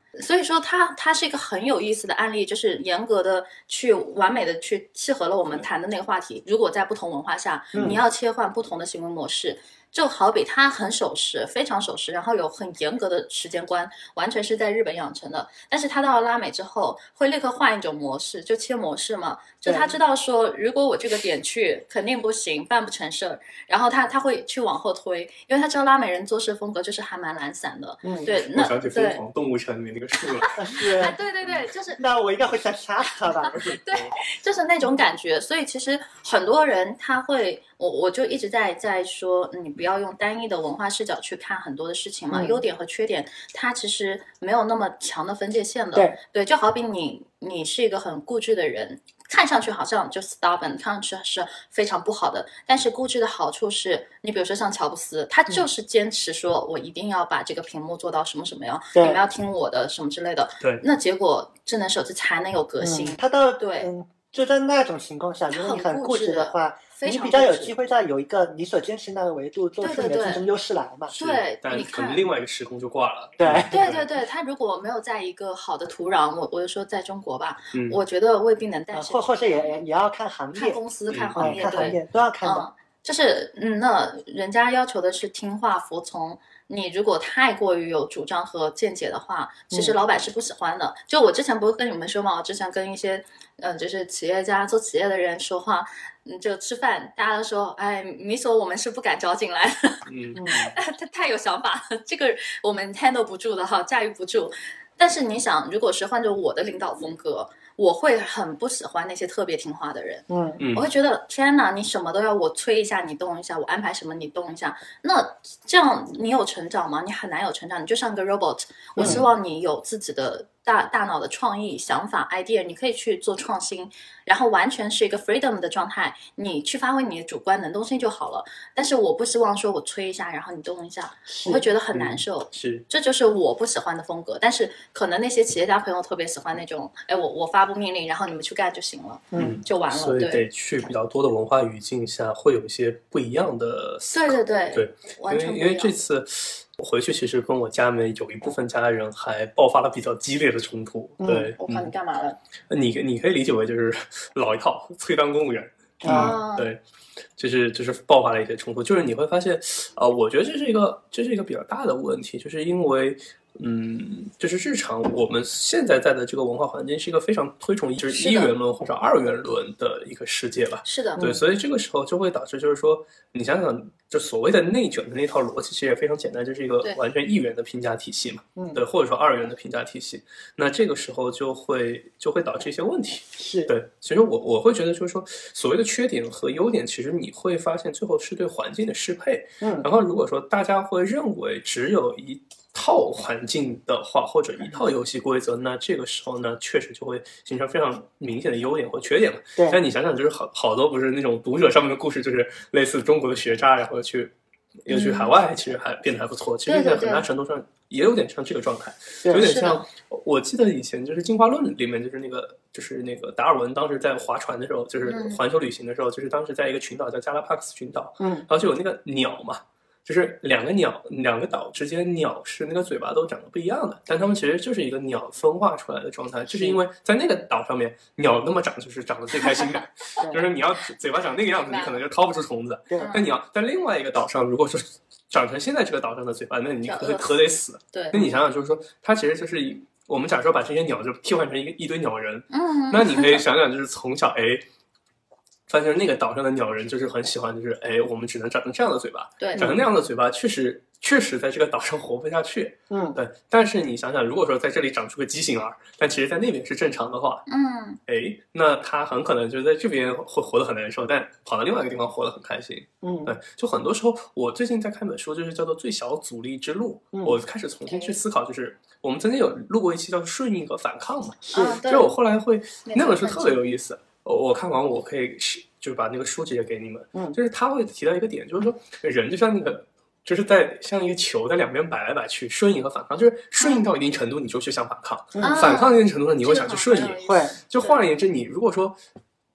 所以说它它是一个很有意思的案例，就是严格的去完美的去契合了我们谈的那个话题。如果在不同文化下， 嗯、 你要切换不同的行为模式，就好比他很守时，非常守时，然后有很严格的时间观，完全是在日本养成的。但是他到了拉美之后，会立刻换一种模式，就切模式嘛。就他知道说，如果我这个点去肯定不行，办不成事儿，然后他他会去往后推，因为他知道拉美人做事风格就是还蛮懒散的。 嗯， 对。那我想起《疯狂动物城》里面那个树了。 是、 哎，对对对，就是。 那我应该会想杀他吧？ 对，就是那种感觉。所以其实很多人他会。我我就一直在在说，你不要用单一的文化视角去看很多的事情嘛，嗯、优点和缺点，它其实没有那么强的分界线的。 对对，就好比你你是一个很固执的人，看上去好像就 stubborn， 看上去是非常不好的，但是固执的好处是，你比如说像乔布斯，他就是坚持说我一定要把这个屏幕做到什么什么样，你们要听我的什么之类的。 对， 那结果智能手机才能有革新。 嗯、他到对、 嗯，就在那种情况下，如果你很固执的话。 你比较有机会在有一个你所坚持那个维度做出你的竞争优势来嘛？ 对，对对但可能另外一个时空就挂了。 对对对对，他如果没有在一个好的土壤，我我就说在中国吧， 嗯、 我觉得未必能带起。 或或者也也要看行业、 看公司、看行业、 嗯、看行业都要看的。 嗯，就是嗯，那人家要求的是听话服从。你如果太过于有主张和见解的话，其实老板是不喜欢的。嗯、就我之前不是跟你们说嘛，我之前跟一些嗯、呃，就是企业家做企业的人说话，嗯，就吃饭，大家都说，哎，米索我们是不敢招进来的， 嗯， 他太有想法，这个我们 handle 不住的哈，驾驭不住。但是你想，如果是换成我的领导风格，我会很不喜欢那些特别听话的人。 嗯嗯， 我会觉得天哪，你什么都要我催一下，你动一下，我安排什么你动一下，那这样你有成长吗？你很难有成长，你就像个 robot。我希望你有自己的大大脑的创意、想法、idea， 你可以去做创新，然后完全是一个 freedom 的状态，你去发挥你的主观能动性就好了。但是我不希望说我催一下，然后你动一下，我会觉得很难受。 嗯、是， 这就是我不喜欢的风格。但是可能那些企业家朋友特别喜欢那种，哎，我我发布命令，然后你们去干就行了， 嗯， 就完了。 所以得去比较多的文化语境下，会有一些不一样的思考。 对对对对， 完全不一样。 因为因为这次我回去，其实跟我家里面有一部分家人还爆发了比较激烈的冲突。 嗯、 对， 我靠，你干嘛了？ 你你可以理解为就是老一套，催当公务员。 啊、 嗯，对，就是就是爆发了一些冲突，就是你会发现，呃，我觉得这是一个这是一个比较大的问题，就是因为。嗯，就是日常我们现在在的这个文化环境是一个非常推崇就是一元论或者二元论的一个世界吧。 是的， 对，所以这个时候就会导致，就是说，你想想，就所谓的内卷的那套逻辑，其实也非常简单，就是一个完全一元的评价体系嘛。 嗯， 对，或者说二元的评价体系，那这个时候就会就会导致一些问题。 是对，其实我我会觉得，就是说，所谓的缺点和优点，其实你会发现最后是对环境的适配。 嗯， 然后如果说大家会认为只有一套环境的话，或者一套游戏规则，那这个时候呢，确实就会形成非常明显的优点或缺点嘛。 对。 但你想想，就是好好多不是那种读者上面的故事，就是类似中国的学渣，然后去又去海外，其实还变得还不错。其实在很大程度上也有点像这个状态， 对对对有点像。我记得以前就是进化论里面，就是那个就是那个达尔文当时在划船的时候，就是环球旅行的时候，嗯、就是当时在一个群岛叫加拉帕克斯群岛， 嗯， 然后就有那个鸟嘛。就是两个鸟，两个岛之间，鸟是那个嘴巴都长得不一样的，但它们其实就是一个鸟分化出来的状态，就是因为在那个岛上面，鸟那么长就是长得最开心的，就是你要嘴巴长那个样子，你可能就掏不出虫子。但你要在另外一个岛上，如果说长成现在这个岛上的嘴巴，那你可可得死。 对， 那你想想，就是说，它其实就是我们假设把这些鸟就替换成一个一堆鸟人， 嗯， 那你可以想想，就是从小哎。发现那个岛上的鸟人就是很喜欢，就是哎，我们只能长成这样的嘴巴， 对， 长成那样的嘴巴，确实确实在这个岛上活不下去， 嗯， 对。但是你想想，如果说在这里长出个畸形儿，但其实在那边是正常的话， 嗯， 哎，那他很可能就在这边会活得很难受，但跑到另外一个地方活得很开心， 嗯， 对。就很多时候，我最近在看本书，就是叫做《最小阻力之路》， 嗯， 我开始重新去思考，就是我们曾经有录过一期叫顺应和反抗嘛， 是， 就我后来会那本书特别有意思。我看完我可以就是把那个书直接给你们， 嗯， 就是他会提到一个点，就是说人就像那个就是在像一个球在两边摆来摆去，顺应和反抗，就是顺应到一定程度你就去想反抗， 嗯， 反抗到一定程度上你会想去顺应， 会。 就换而言之，你如果说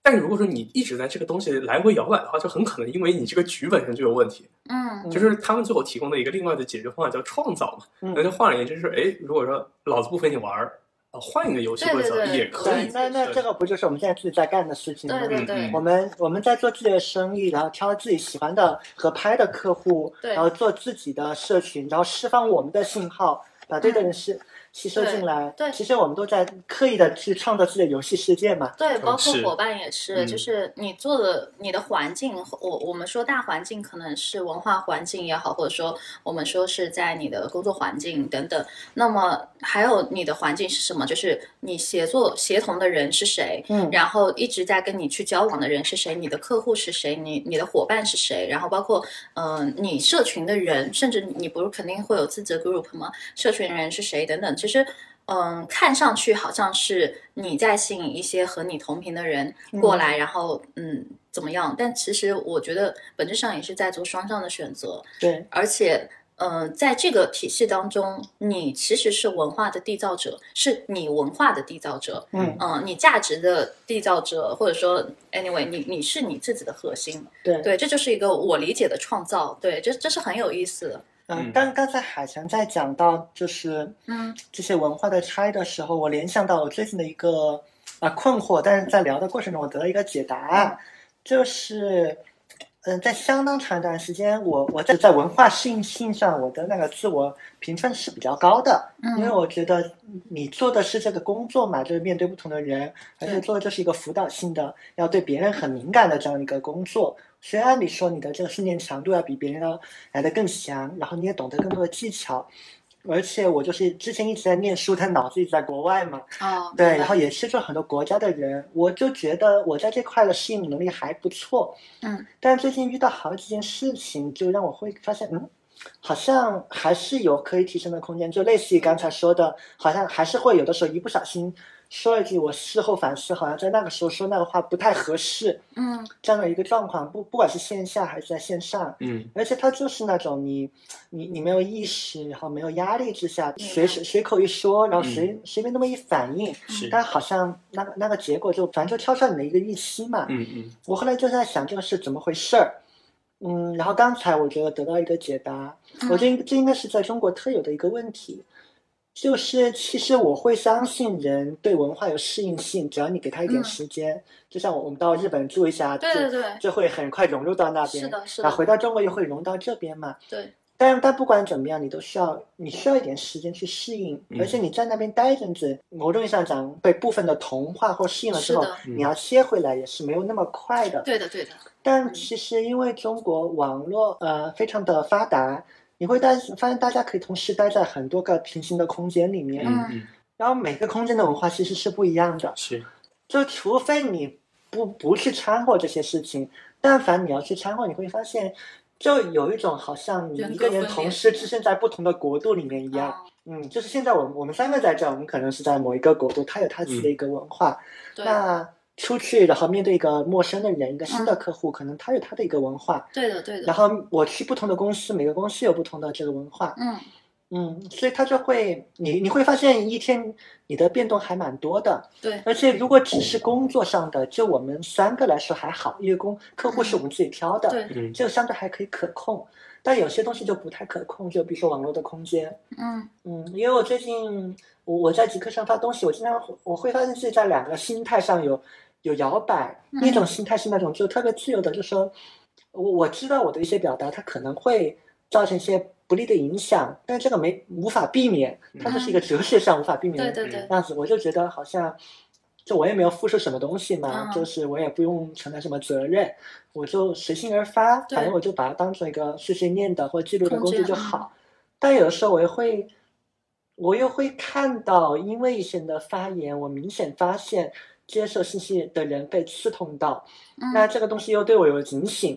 但如果说你一直在这个东西来回摇摆的话，就很可能因为你这个局本身就有问题。 嗯， 就是他们最后提供的一个另外的解决方案叫创造嘛。 嗯那就换而言之，就是哎，如果说老子不陪你玩儿，啊，换一个游戏规则也可以。 那那这个不就是我们现在自己在干的事情吗？ 对对对， 我们我们在做自己的生意，然后挑自己喜欢的合拍的客户，然后做自己的社群，然后释放我们的信号，把对的人是。吸收进来， 对， 其实我们都在刻意的去创造自己的游戏世界嘛。 对，包括伙伴也是， 嗯、 就是你做的你的环境，我我们说大环境可能是文化环境也好，或者说我们说是在你的工作环境等等。那么还有你的环境是什么？就是你协作协同的人是谁， 嗯， 然后一直在跟你去交往的人是谁，你的客户是谁，你你的伙伴是谁，然后包括嗯、呃、你社群的人，甚至你不是肯定会有自己的 group 吗？社群人是谁等等。其实，嗯，看上去好像是你在吸引一些和你同频的人过来，嗯、然后嗯怎么样？但其实我觉得本质上也是在做双向的选择。 对， 而且，嗯、呃，在这个体系当中，你其实是文化的缔造者，是你文化的缔造者。 嗯嗯、呃，你价值的缔造者，或者说 anyway， 你你是你自己的核心。 对对，这就是一个我理解的创造。对，这这是很有意思的。 嗯，刚刚才海强在讲到就是嗯这些文化的差异的时候，我联想到我最近的一个啊困惑，但是在聊的过程中我得到一个解答，就是嗯，在相当长一段时间，我我在在文化适应性上，我的那个自我评分是比较高的， 嗯， 因为我觉得你做的是这个工作嘛，就是面对不同的人，而且做的就是一个辅导性的，要对别人很敏感的这样一个工作。虽然你说你的这个训练强度要比别人要来得更强，然后你也懂得更多的技巧，而且我就是之前一直在念书，但脑子一直在国外嘛， 哦， 对，然后也接触很多国家的人，我就觉得我在这块的适应能力还不错， 嗯， 但最近遇到好几件事情，就让我会发现，嗯，好像还是有可以提升的空间，就类似于刚才说的，好像还是会有的时候一不小心说一句，我事后反思，好像在那个时候说那个话不太合适， 嗯， 这样的一个状况，不不管是线下还是在线上， 嗯， 而且它就是那种你你你没有意识，然后没有压力之下，随时随口一说，然后随、嗯、随便那么一反应，但好像那个那个结果就反正就超出你的一个预期嘛， 嗯嗯， 我后来就在想这个是怎么回事儿。嗯，然后刚才我觉得得到一个解答， 嗯、 我觉得这应该是在中国特有的一个问题。就是其实我会相信人对文化有适应性，只要你给他一点时间，嗯、就像我们到日本住一下， 对对对， 就会很快融入到那边， 是的，是的， 然后回到中国又会融到这边嘛。 对。 但但不管怎么样，你都需要你需要一点时间去适应， 嗯、 而且你在那边待一阵子，某种意义上讲被部分的同化或适应了之后，你要切回来也是没有那么快的。 对的，对的。 但其实因为中国网络呃非常的发达。你会发现大家可以同时待在很多个平行的空间里面， 嗯， 然后每个空间的文化其实是不一样的， 是， 就除非你不不去掺和这些事情，但凡你要去掺和，你会发现，就有一种好像你一个人同时置身在不同的国度里面一样，嗯，就是现在我们我们三个在这，我们可能是在某一个国度，它有它自己的一个文化， 嗯、 那。出去，然后面对一个陌生的人，一个新的客户，嗯、可能他有他的一个文化。 对的，对的。 然后我去不同的公司，每个公司有不同的这个文化。 嗯嗯，所以他就会，你你会发现一天你的变动还蛮多的。 对。 而且如果只是工作上的，就我们三个来说还好，因为公客户是我们自己挑的， 对、 嗯， 就相对还可以可控。但有些东西就不太可控，就比如说网络的空间。 嗯嗯，因为我最近我我在极客上发东西，我经常我会发现自己在两个心态上有。有摇摆，一种心态是那种就特别自由的，就说我我知道我的一些表达，它可能会造成一些不利的影响，但这个没无法避免，它就是一个哲学上无法避免的样子。我就觉得好像，就我也没有付出什么东西嘛， 嗯、 就是我也不用承担什么责任，我就随心而发，反正我就把它当成一个碎碎念的或记录的工具就好。但有的时候我也会，我又会看到，因为一些人的发言，我明显发现。接受信息的人被刺痛到， 嗯、 那这个东西又对我有警醒，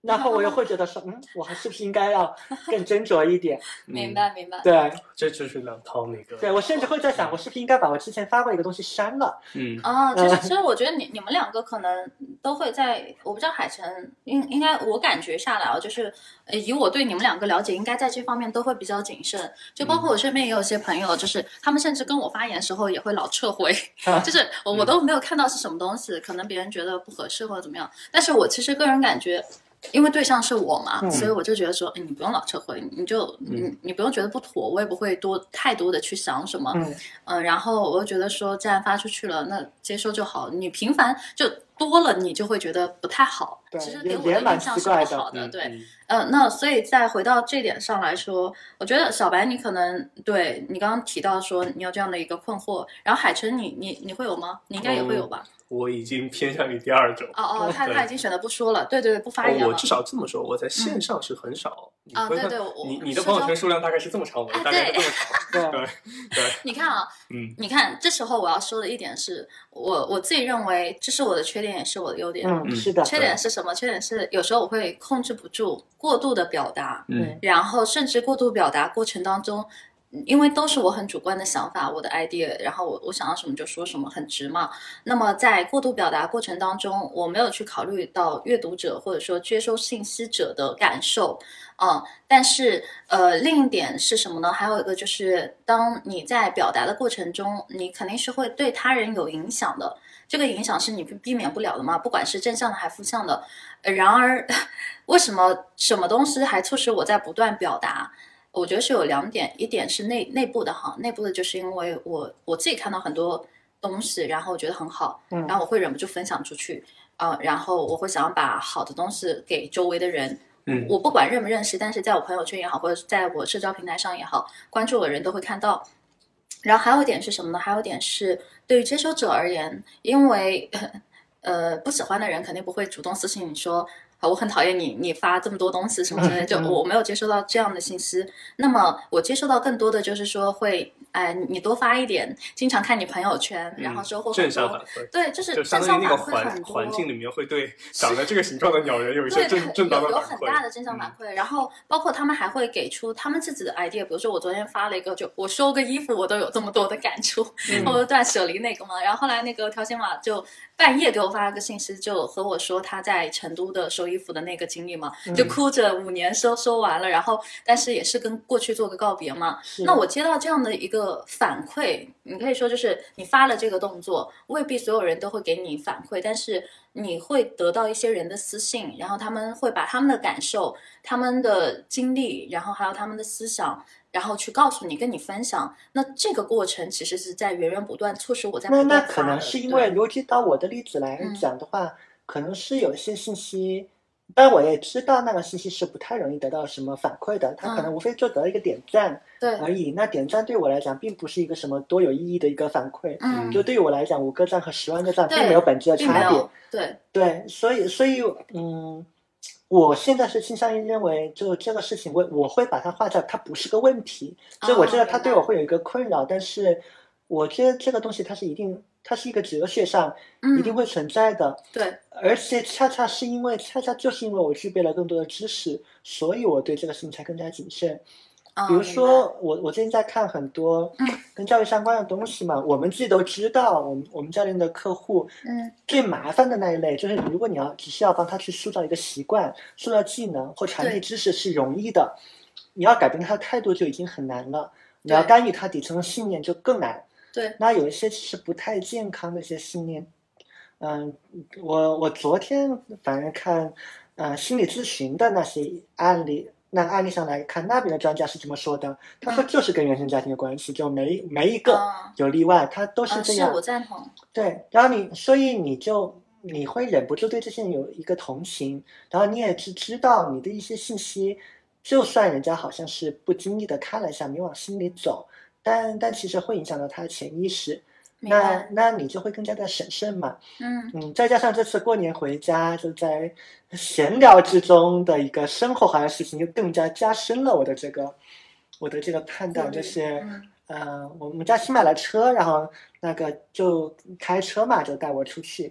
然后我又会觉得说，嗯，我还是不是应该要更斟酌一点？ 明白明白。 对， 这就是两套那个。 对我甚至会在想，我是不是应该把我之前发过一个东西删了？ 嗯啊，其实其实我觉得你你们两个可能都会在，我不知道海晨应应该我感觉下来啊，就是呃以我对你们两个了解，应该在这方面都会比较谨慎。就包括我身边也有些朋友，就是他们甚至跟我发言的时候也会老撤回，就是我我都没有看到是什么东西，可能别人觉得不合适或者怎么样，但是我其实个人感觉。因为对象是我嘛， 嗯、 所以我就觉得说，哎，你不用老撤回，你就你你不用觉得不妥，我也不会多太多的去想什么， 嗯、 呃，然后我就觉得说，既然发出去了，那接收就好。你频繁就多了，你就会觉得不太好。其实给我的印象是不好的，对。嗯、呃，那所以再回到这点上来说，我觉得小白你可能对你刚刚提到说你有这样的一个困惑，然后海晨你你你会有吗？你应该也会有吧？ 嗯我已经偏向于第二种。 哦哦，他他已经选择不说了，对对，不发言了。 我至少这么说，我在线上是很少。 啊、嗯，对对， 你你的朋友圈数量大概是这么长，我的大概是这么长。对对。 你看啊，嗯，你看，这时候我要说的一点是，我我自己认为这是我的缺点，也是我的优点。 嗯，是的。 缺点是什么？缺点是有时候我会控制不住，过度的表达， 嗯， 然后甚至过度表达过程当中。因为都是我很主观的想法，我的 idea， 然后我我想要什么就说什么，很直嘛。那么在过度表达过程当中，我没有去考虑到阅读者或者说接收信息者的感受，嗯，但是呃，另一点是什么呢？还有一个就是，当你在表达的过程中，你肯定是会对他人有影响的，这个影响是你避免不了的嘛，不管是正向的还负向的。呃、然而，为什么什么东西还促使我在不断表达？我觉得是有两点，一点是内内部的哈，内部的就是因为我我自己看到很多东西，然后我觉得很好， 嗯， 然后我会忍不住分享出去，呃，然后我会想要把好的东西给周围的人， 嗯， 我不管认不认识，但是在我朋友圈也好，或者在我社交平台上也好，关注我的人都会看到。然后还有一点是什么呢？还有一点是对于接收者而言，因为呃不喜欢的人肯定不会主动私信你说。我很讨厌你，你发这么多东西什么之类的，就我没有接收到这样的信息。那么我接收到更多的就是说会，哎，你多发一点，经常看你朋友圈，然后收获很多。 正向反馈， 对，就是就相当于那个环环境里面会对长得这个形状的鸟人有一些正正当的反馈， 有很大的正向反馈。然后包括他们还会给出他们自己的 idea，比如说我昨天发了一个，就我收个衣服我都有这么多的感触， 嗯、 我断舍离那个嘛。然后后来那个条形码就半夜给我发了个信息，就和我说他在成都的收衣服的那个经历嘛，就哭着五年收收完了，然后但是也是跟过去做个告别嘛。那我接到这样的一个反馈，你可以说就是你发了这个动作，未必所有人都会给你反馈，但是你会得到一些人的私信，然后他们会把他们的感受、他们的经历，然后还有他们的思想，然后去告诉你，跟你分享。那这个过程其实是在源源不断促使我在不断那那可能是因为，尤其到我的例子来讲的话，嗯、可能是有一些信息。但我也知道那个信息是不太容易得到什么反馈的，他可能无非就得了一个点赞而已。 嗯、 那点赞对我来讲并不是一个什么多有意义的一个反馈， 嗯， 就对于我来讲，五个赞和十万个赞并没有本质的差别。 对对，所以所以嗯，我现在是倾向于认为，就这个事情我我会把它画在它不是个问题，所以我知道它对我会有一个困扰， 哦、 但是我觉得这个东西它是一定。它是一个哲学上一定会存在的， 嗯、对， 而且恰恰是因为恰恰就是因为我具备了更多的知识，所以我对这个事情才更加谨慎。 哦、 比如说，我我最近在看很多跟教育相关的东西嘛，嗯、我们自己都知道，我们我们教练的客户， 嗯， 最麻烦的那一类就是，如果你要只是要帮他去塑造一个习惯、塑造技能或传递知识是容易的，你要改变他的态度就已经很难了，你要干预他底层的信念就更难。 对， 那有一些其实不太健康的一些信念，嗯，我我昨天反正看，呃，心理咨询的那些案例，那案例上来看，那边的专家是这么说的，他说就是跟原生家庭有关系，就没没一个有例外，他都是这样。 啊，是我赞同。 对，然后你，所以你就你会忍不住对这些人有一个同情，然后你也是知道你的一些信息，就算人家好像是不经意的看了一下，没往心里走。但但其实会影响到他的潜意识，那那你就会更加的审慎嘛。 嗯嗯，再加上这次过年回家，就在闲聊之中的一个生活化的事情，就更加加深了我的这个我的这个判断，就是嗯、 呃，我们家新买了车，然后那个就开车嘛，就带我出去。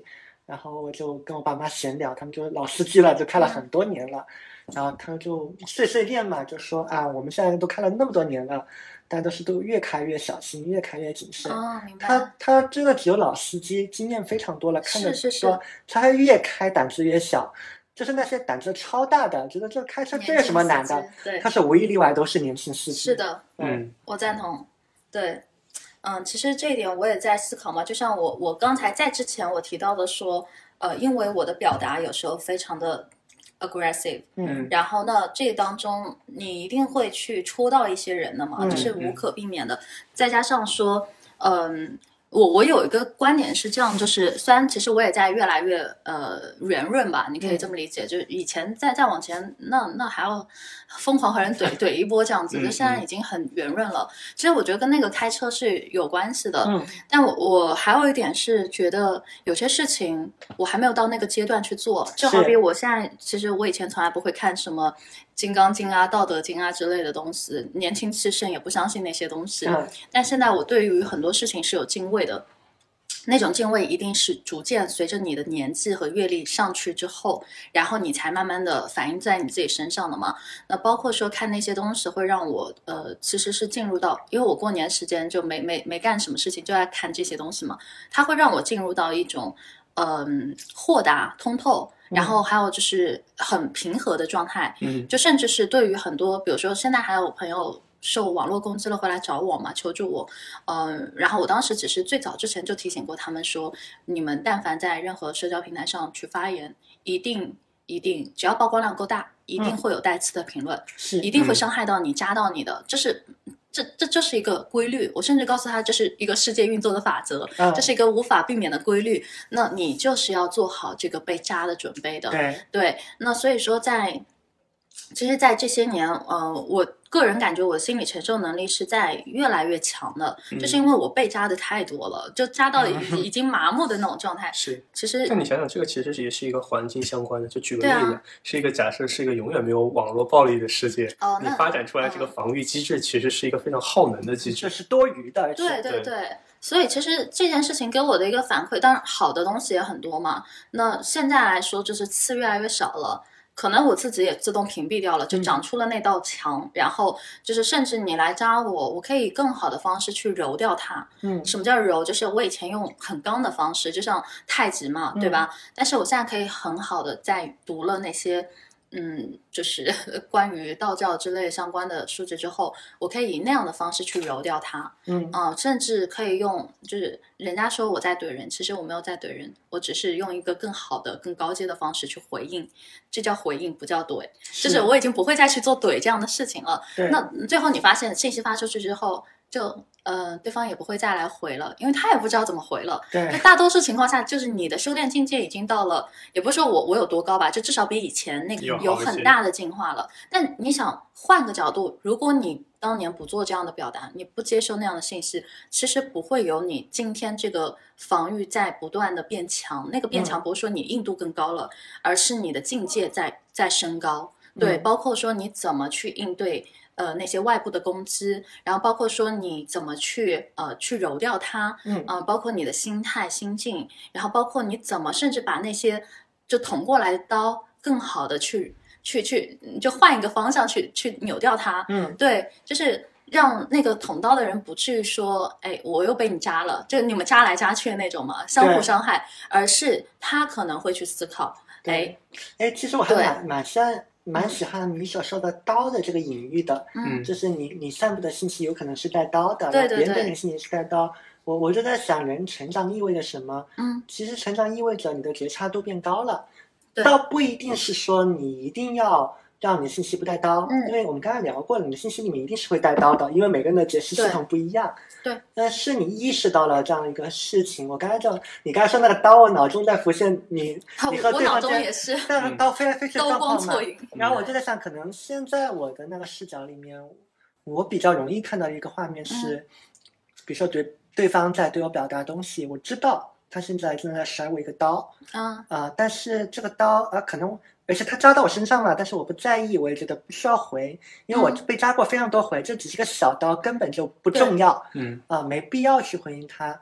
然后我就跟我爸妈闲聊，他们就老司机了，就开了很多年了。然后他们就碎碎念嘛，就说啊，我们现在都开了那么多年了，但都是都越开越小心，越开越谨慎。 哦，明白。 他他真的只有老司机，经验非常多了，看着是是是说他还越开胆子越小。就是那些胆子超大的，觉得这开车这有什么难的？ 对， 他是无一例外都是年轻司机。 是的， 嗯， 我赞同。对，嗯，其实这一点我也在思考嘛。就像我我刚才在之前我提到的说，呃，因为我的表达有时候非常的 aggressive， 嗯， 然后呢，这当中你一定会去戳到一些人的嘛， 嗯、 这是无可避免的。再加上说，嗯。我我有一个观点是这样，就是虽然其实我也在越来越呃圆润吧，你可以这么理解，嗯、就是以前再再往前，那那还要疯狂和人怼怼一波这样子，就现在已经很圆润了。其实我觉得跟那个开车是有关系的， 嗯， 但我我还有一点是觉得有些事情我还没有到那个阶段去做，就好比我现在其实我以前从来不会看什么金刚经啊、道德经啊之类的东西，年轻气盛也不相信那些东西， 嗯、 但现在我对于很多事情是有敬畏的，那种敬畏一定是逐渐随着你的年纪和阅历上去之后，然后你才慢慢的反映在你自己身上的嘛。那包括说看那些东西会让我呃，其实是进入到，因为我过年时间就没没没干什么事情，就在看这些东西嘛，它会让我进入到一种嗯豁达通透。然后还有就是很平和的状态， 嗯， 就甚至是对于很多，比如说现在还有朋友受网络攻击了，会来找我嘛，求助我，嗯，然后我当时只是最早之前就提醒过他们说，你们但凡在任何社交平台上去发言，一定一定，只要曝光量够大，一定会有带刺的评论， 是、 嗯、一定会伤害到你、扎到你的，这是。这这这是一个规律，我甚至告诉他这是一个世界运作的法则， 嗯、 这是一个无法避免的规律。那你就是要做好这个被扎的准备的。 对对，那所以说在，其实，在这些年，呃，我个人感觉我心理承受能力是在越来越强的， 嗯、 就是因为我被扎的太多了，就扎到已经、嗯、已经麻木的那种状态。 是， 其实， 但你想想，这个其实也是一个环境相关的。就举个例子， 啊、 是一个假设，是一个永远没有网络暴力的世界， 哦、 你发展出来这个防御机制，其实是一个非常耗能的机制， 这是多余的。 对对对。所以其实这件事情给我的一个反馈，当然好的东西也很多嘛。那现在来说，就是刺越来越少了。可能我自己也自动屏蔽掉了，就长出了那道墙，嗯、然后就是甚至你来扎我，我可以更好的方式去揉掉它。 嗯， 什么叫揉？就是我以前用很刚的方式，就像太极嘛， 嗯、 对吧？但是我现在可以很好的在读了那些。嗯，就是关于道教之类相关的书籍之后，我可以以那样的方式去揉掉它。 嗯啊、呃，甚至可以用，就是人家说我在怼人，其实我没有在怼人，我只是用一个更好的、更高阶的方式去回应，这叫回应，不叫怼。 是就是我已经不会再去做怼这样的事情了。 对， 那最后你发现信息发出去之后，就呃，对方也不会再来回了，因为他也不知道怎么回了。 对， 就大多数情况下，就是你的修炼境界已经到了，也不是说我我有多高吧，就至少比以前那个有很大的进化了。但你想换个角度，如果你当年不做这样的表达，你不接受那样的信息，其实不会有你今天这个防御在不断的变强。那个变强不是说你硬度更高了，嗯、而是你的境界在在升高。对， 嗯、 包括说你怎么去应对。呃，那些外部的攻击，然后包括说你怎么去呃去揉掉它， 嗯， 呃，包括你的心态、心境，然后包括你怎么甚至把那些就捅过来的刀更好的去去去，就换一个方向去去扭掉它， 嗯， 对，就是让那个捅刀的人不至于说，哎，我又被你扎了，就你们扎来扎去的那种嘛，相互伤害，而是他可能会去思考，哎， 哎，其实我还蛮蛮像。蛮喜欢你所说的刀的这个隐喻的， 嗯， 就是你你散布的信息有可能是带刀的， 对对对， 别人对你信息是带刀。我我就在想，人成长意味着什么？ 嗯， 其实成长意味着你的觉察度变高了，倒不一定是说你一定要让你的信息不带刀， 嗯， 因为我们刚才聊过了，你的信息里面一定是会带刀的，因为每个人的解释系统不一样。 对， 但是你意识到了这样一个事情，我刚才就你刚才说那个刀，我脑中在浮现你你和对方间那个刀飞来飞去的状况嘛，然后我就在想，可能现在我的那个视角里面，我比较容易看到一个画面是，嗯、比如说对对方在对我表达东西，我知道他现在正在甩我一个刀， 啊、 嗯呃，但是这个刀啊、呃、可能。而且他扎到我身上了，但是我不在意，我也觉得不需要回，因为我被扎过非常多回，嗯、这只是个小刀，根本就不重要， 嗯啊、呃，没必要去回应他。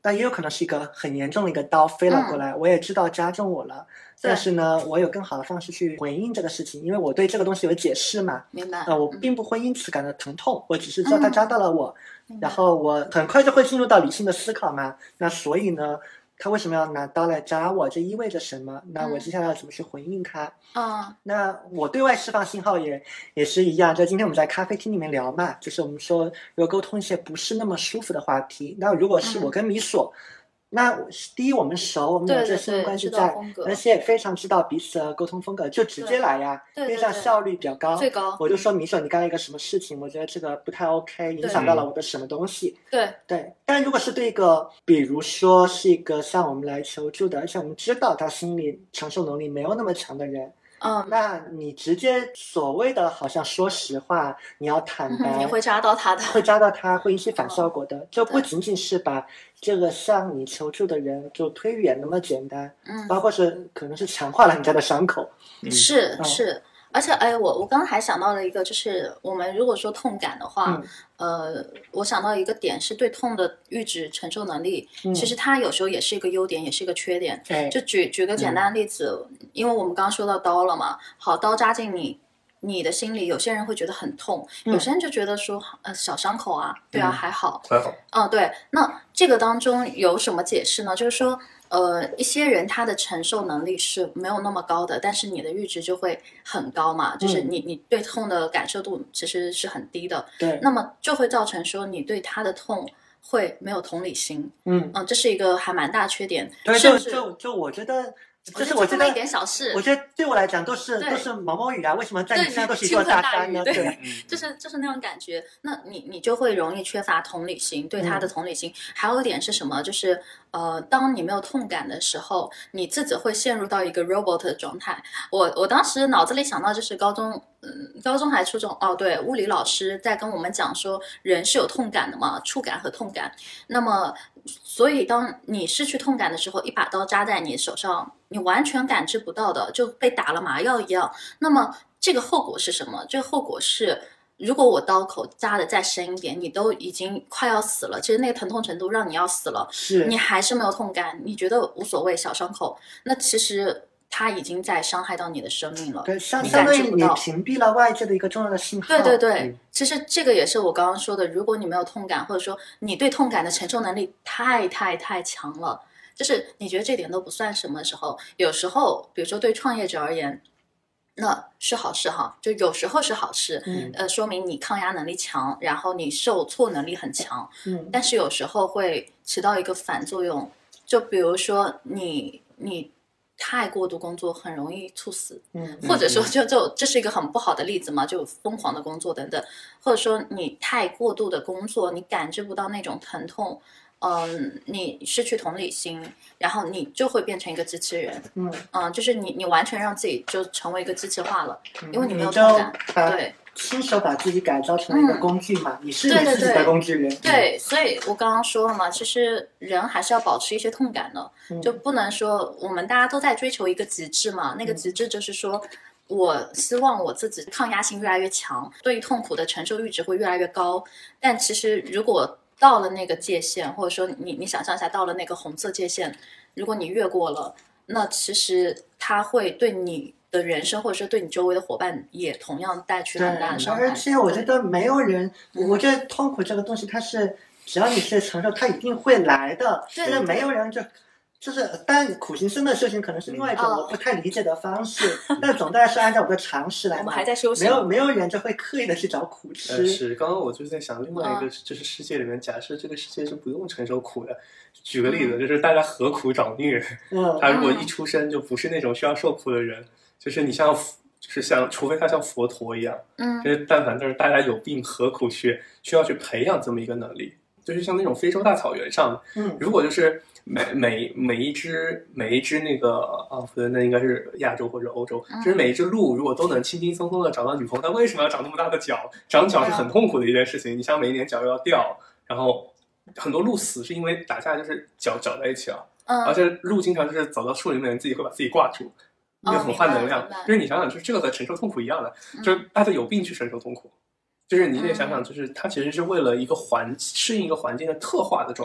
但也有可能是一个很严重的一个刀飞了过来，嗯、我也知道扎中我了，但是呢，我有更好的方式去回应这个事情，因为我对这个东西有解释嘛。 明白。 呃，我并不会因此感到疼痛，我只是知道它扎到了我，嗯、然后我很快就会进入到理性的思考嘛。那所以呢，他为什么要拿刀来扎我？这意味着什么？那我接下来要怎么去回应他？ 嗯， 那我对外释放信号也也是一样。就今天我们在咖啡厅里面聊嘛，就是我们说如果沟通一些不是那么舒服的话题，那如果是我跟米索。嗯那第一，我们熟，我们有这信任关系在，而且也非常知道彼此的沟通风格，就直接来呀， 对对对非常效率比较高， 最高。 我就说米手，你刚才一个什么事情，我觉得这个不太 OK， 影响到了我的什么东西。 对对，但如果是对一个，比如说是一个向我们来求助的，而且我们知道他心理承受能力没有那么强的人。 嗯， 那你直接所谓的好像说实话，你要坦白， 嗯、你会扎到他的， 会扎到他，会引起反效果的，嗯、就不仅仅是把这个向你求助的人就推远那么简单， 嗯， 包括是可能是强化了你家的伤口， 嗯、是是。而且，哎，我我刚刚还想到了一个，就是我们如果说痛感的话，嗯、呃，我想到一个点是对痛的阈值承受能力，嗯、其实它有时候也是一个优点，也是一个缺点。 哎、 就举举个简单的例子，嗯、因为我们刚刚说到刀了嘛，好，刀扎进你。你的心里，有些人会觉得很痛， 嗯、 有些人就觉得说，呃，小伤口啊，对啊， 嗯、 还好， 还好。 嗯，对。那这个当中有什么解释呢？就是说，呃，一些人他的承受能力是没有那么高的，但是你的阈值就会很高嘛，就是你、嗯、你对痛的感受度其实是很低的， 对。 那么就会造成说你对他的痛会没有同理心， 嗯嗯，这是一个还蛮大缺点。 对，就就就我觉得。就是我觉得一点小事， 我觉得对我来讲都是都是毛毛雨啊，为什么在你身上都是一座大山呢？ 对，对就是就是那种感觉。那你你就会容易缺乏同理心，对他的同理心。嗯、还有一点是什么？就是呃，当你没有痛感的时候，你自己会陷入到一个 robot 的状态。我我当时脑子里想到就是高中，嗯，高中还是初中哦，对，物理老师在跟我们讲说，人是有痛感的嘛，触感和痛感。那么。所以当你失去痛感的时候，一把刀扎在你手上，你完全感知不到的，就被打了麻药一样。那么这个后果是什么？这个后果是，如果我刀口扎的再深一点，你都已经快要死了，其实那个疼痛程度让你要死了， 是你还是没有痛感，你觉得无所谓，小伤口，那其实它已经在伤害到你的生命了。 对，相相当于你屏蔽了外界的一个重要的信号。 对对对，嗯、其实这个也是我刚刚说的，如果你没有痛感，或者说你对痛感的承受能力太太太强了，就是你觉得这点都不算什么的时候，有时候，比如说对创业者而言，那是好事哈，就有时候是好事， 嗯， 呃，说明你抗压能力强，然后你受挫能力很强， 嗯， 但是有时候会起到一个反作用，就比如说你你。太过度工作很容易猝死， 嗯， 或者说就就这是一个很不好的例子嘛，就疯狂的工作等等，或者说你太过度的工作，你感知不到那种疼痛，嗯，你失去同理心，然后你就会变成一个机器人， 嗯嗯，就是你你完全让自己就成为一个机器化了， 嗯、 因为你没有痛感，对。 亲手把自己改造成了一个工具嘛，嗯、你是你自己的工具人。 对, 对, 对, 对，所以我刚刚说了嘛，其实人还是要保持一些痛感的， 嗯、 就不能说我们大家都在追求一个极致嘛，那个极致就是说。嗯我希望我自己抗压性越来越强，对于痛苦的承受阈值会越来越高。但其实如果到了那个界限，或者说你你想象一下，到了那个红色界限，如果你越过了，那其实它会对你的人生，或者说对你周围的伙伴，也同样带去很大的伤害。 而且我觉得没有人，我觉得痛苦这个东西，它是只要你是承受，它一定会来的。 对， 就是没有人就。就是当然苦行僧的修行可能是另外一种我不太理解的方式，嗯、但总的来说按照我的常识来， 我们还在修行， 没有没有人就会刻意的去找苦吃。 呃、是，刚刚我就在想另外一个，就是世界里面，假设这个世界是不用承受苦的。举个例子，就是大家何苦找虐？ 嗯， 他如果一出生就不是那种需要受苦的人，就是你像，就是像，除非他像佛陀一样， 嗯， 就是但凡就是大家有病何苦去需要去培养这么一个能力，就是像那种非洲大草原上， 嗯， 如果就是。每每每一只每一只那个啊，那应该是亚洲或者欧洲，就是每一只鹿如果都能轻轻松松的找到女朋友，它为什么要长那么大的脚？长脚是很痛苦的一件事情。你像每一年脚又要掉，然后很多鹿死是因为打架就是脚绞在一起了， 嗯， 而且鹿经常就是走到树林里面自己会把自己挂住，那就很换能量。就是你想想，就是这个和承受痛苦一样的，就是大家有病去承受痛苦。就是你得想想，就是它其实是为了一个环适应一个环境的特化的状态。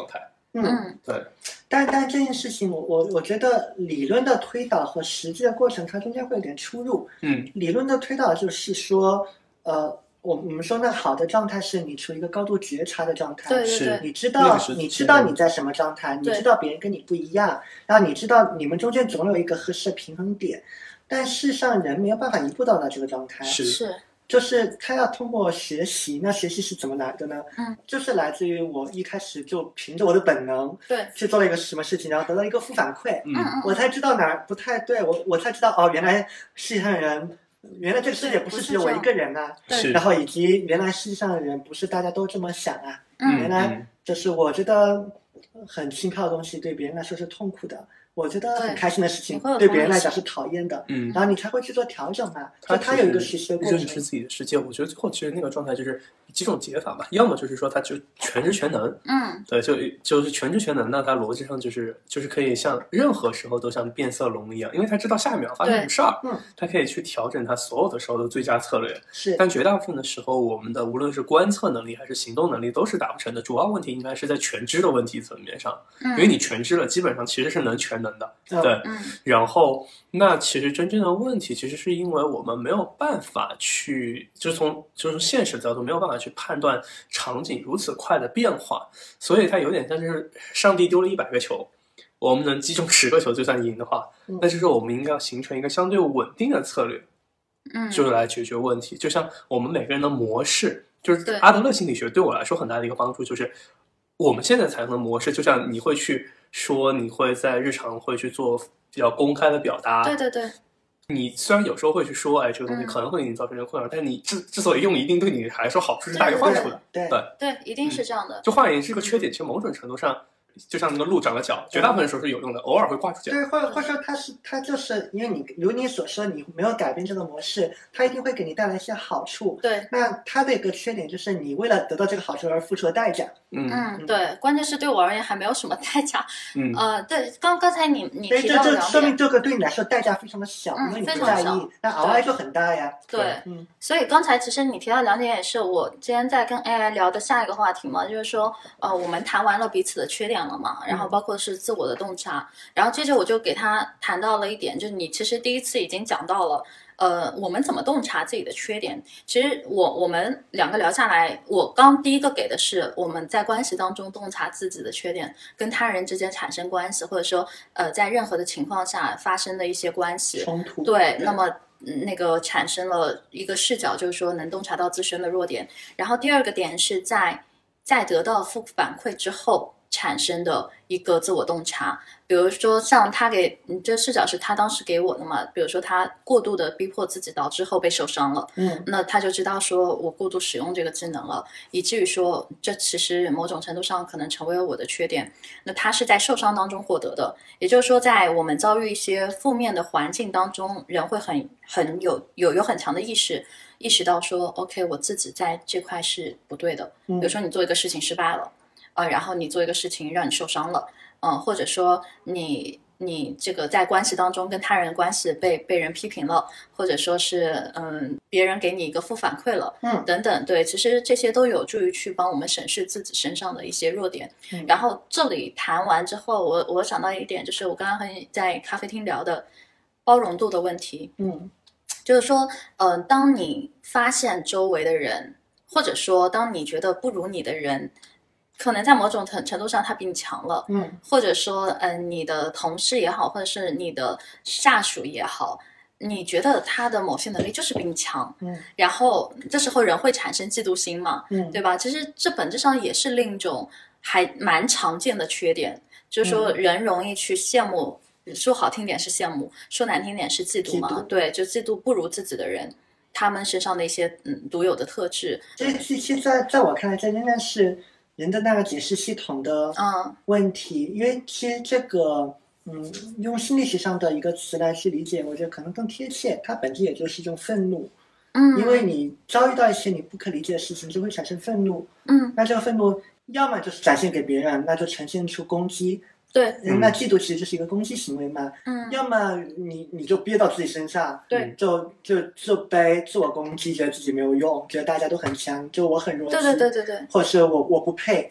嗯， 对。 但但这件事情我，我我觉得理论的推导和实际的过程，它中间会有点出入。 嗯， 理论的推导就是说，呃，我我们说那好的状态是你处于一个高度觉察的状态， 对对是对， 你知道那个是你知道你在什么状态，你对知道别人跟你不一样，然后你知道你们中间总有一个合适的平衡点，但事实上人没有办法一步到达这个状态， 是是， 就是他要通过学习，那学习是怎么来的呢？ 嗯， 就是来自于我一开始就凭着我的本能， 对， 去做了一个什么事情，然后得到一个负反馈， 嗯嗯我才知道哪儿不太对，我我才知道哦，原来世界上的人，原来这个世界不是只有我一个人啊， 是， 然后以及原来世界上的人不是大家都这么想啊， 嗯原来就是我觉得很轻飘的东西对别人来说是痛苦的。我觉得很开心的事情，对别人来讲是讨厌的， 嗯， 然后你才会去做调整嘛。就他有一个学习的过程， 认知自己的世界。我觉得最后其实那个状态就是几种解法嘛，要么就是说他就全知全能， 嗯， 对，就就是全知全能，那他逻辑上就是就是可以像任何时候都像变色龙一样，因为他知道下一秒发生什么事儿， 嗯， 他可以去调整他所有的时候的最佳策略。 是， 但绝大部分的时候，我们的无论是观测能力还是行动能力都是达不成的。主要问题应该是在全知的问题层面上， 嗯， 因为你全知了，基本上其实是能全能的， 嗯、 对。 嗯， 然后那其实真正的问题，其实是因为我们没有办法去，就从就是从现实角度没有办法去判断场景如此快的变化，所以它有点像是上帝丢了一百个球，我们能击中十个球就算赢的话， 嗯、 那就是我们应该要形成一个相对稳定的策略， 嗯， 就是来解决问题。就像我们每个人的模式，就是对阿德勒心理学对我来说很大的一个帮助，就是我们现在采用的模式，就像你会去说，你会在日常会去做比较公开的表达， 对对对， 你虽然有时候会去说，哎，这个东西可能会给你造成一些困扰，但是你之之所以用，一定对你来说好处是大于坏处的。 对对对，一定是这样的。 就换言之，这个缺点其实某种程度上，就像那个鹿长了角，绝大部分时候是有用的，偶尔会挂出角。 对，或者或者说它是它就是因为你如你所说，你没有改变这个模式，它一定会给你带来一些好处。 对， 那它的一个缺点就是你为了得到这个好处而付出的代价。 嗯嗯，对，关键是对我而言还没有什么代价。 嗯， 呃，对，刚刚才你你所以这就提到两点， 说明这个对你来说代价非常的小， 嗯因为你非常小不在意，那 R O I 就很大呀。 对， 嗯， 所以刚才其实你提到两点也是我今天在跟 A I 聊的下一个话题嘛，就是说，呃，我们谈完了彼此的缺点了嘛，然后包括是自我的洞察，然后接着我就给他谈到了一点，就是你其实第一次已经讲到了。呃，我们怎么洞察自己的缺点？其实我我们两个聊下来，我刚第一个给的是我们在关系当中洞察自己的缺点，跟他人之间产生关系，或者说呃在任何的情况下发生的一些关系冲突。 对，那么。那个产生了一个视角，就是说能洞察到自身的弱点。然后第二个点是在在得到负反馈之后产生的一个自我洞察。比如说像他给这视角是他当时给我的嘛，比如说他过度的逼迫自己导致后背受伤了， 嗯， 那他就知道说我过度使用这个技能了，以至于说这其实某种程度上可能成为了我的缺点。那他是在受伤当中获得的，也就是说在我们遭遇一些负面的环境当中，人会很很有有有很强的意识意识到说 OK 我自己在这块是不对的，比如说你做一个事情失败了，呃，然后你做一个事情让你受伤了，嗯、呃，或者说你你这个在关系当中跟他人关系被被人批评了，或者说是嗯别人给你一个负反馈了， 嗯， 等等，对，其实这些都有助于去帮我们审视自己身上的一些弱点。 嗯、 然后这里谈完之后，我我想到一点，就是我刚刚和你在咖啡厅聊的包容度的问题， 嗯， 就是说，呃，当你发现周围的人，或者说当你觉得不如你的人。可能在某种程度上他比你强了， 嗯， 或者说，嗯、呃，你的同事也好，或者是你的下属也好，你觉得他的某些能力就是比你强， 嗯， 然后这时候人会产生嫉妒心嘛， 嗯， 对吧？其实这本质上也是另一种还蛮常见的缺点，就是说人容易去羡慕，嗯、说好听点是羡慕，说难听点是嫉妒嘛， 嫉妒对，就嫉妒不如自己的人。他们身上的一些嗯独有的特质， 这其实在在我看来，这应该是人的那个解释系统的问题， 嗯、 因为其实这个，嗯，用心理学上的一个词来去理解，我觉得可能更贴切。它本质也就是一种愤怒， 嗯， 因为你遭遇到一些你不可理解的事情，就会产生愤怒， 嗯， 那这个愤怒要么就是展现给别人，那就呈现出攻击。 对， 嗯，那嫉妒其实就是一个攻击行为嘛。 嗯， 要么你你就憋到自己身上， 对， 就就自卑、自我攻击，觉得自己没有用，觉得大家都很强，就我很弱势， 对对对对对， 或者是我我不配，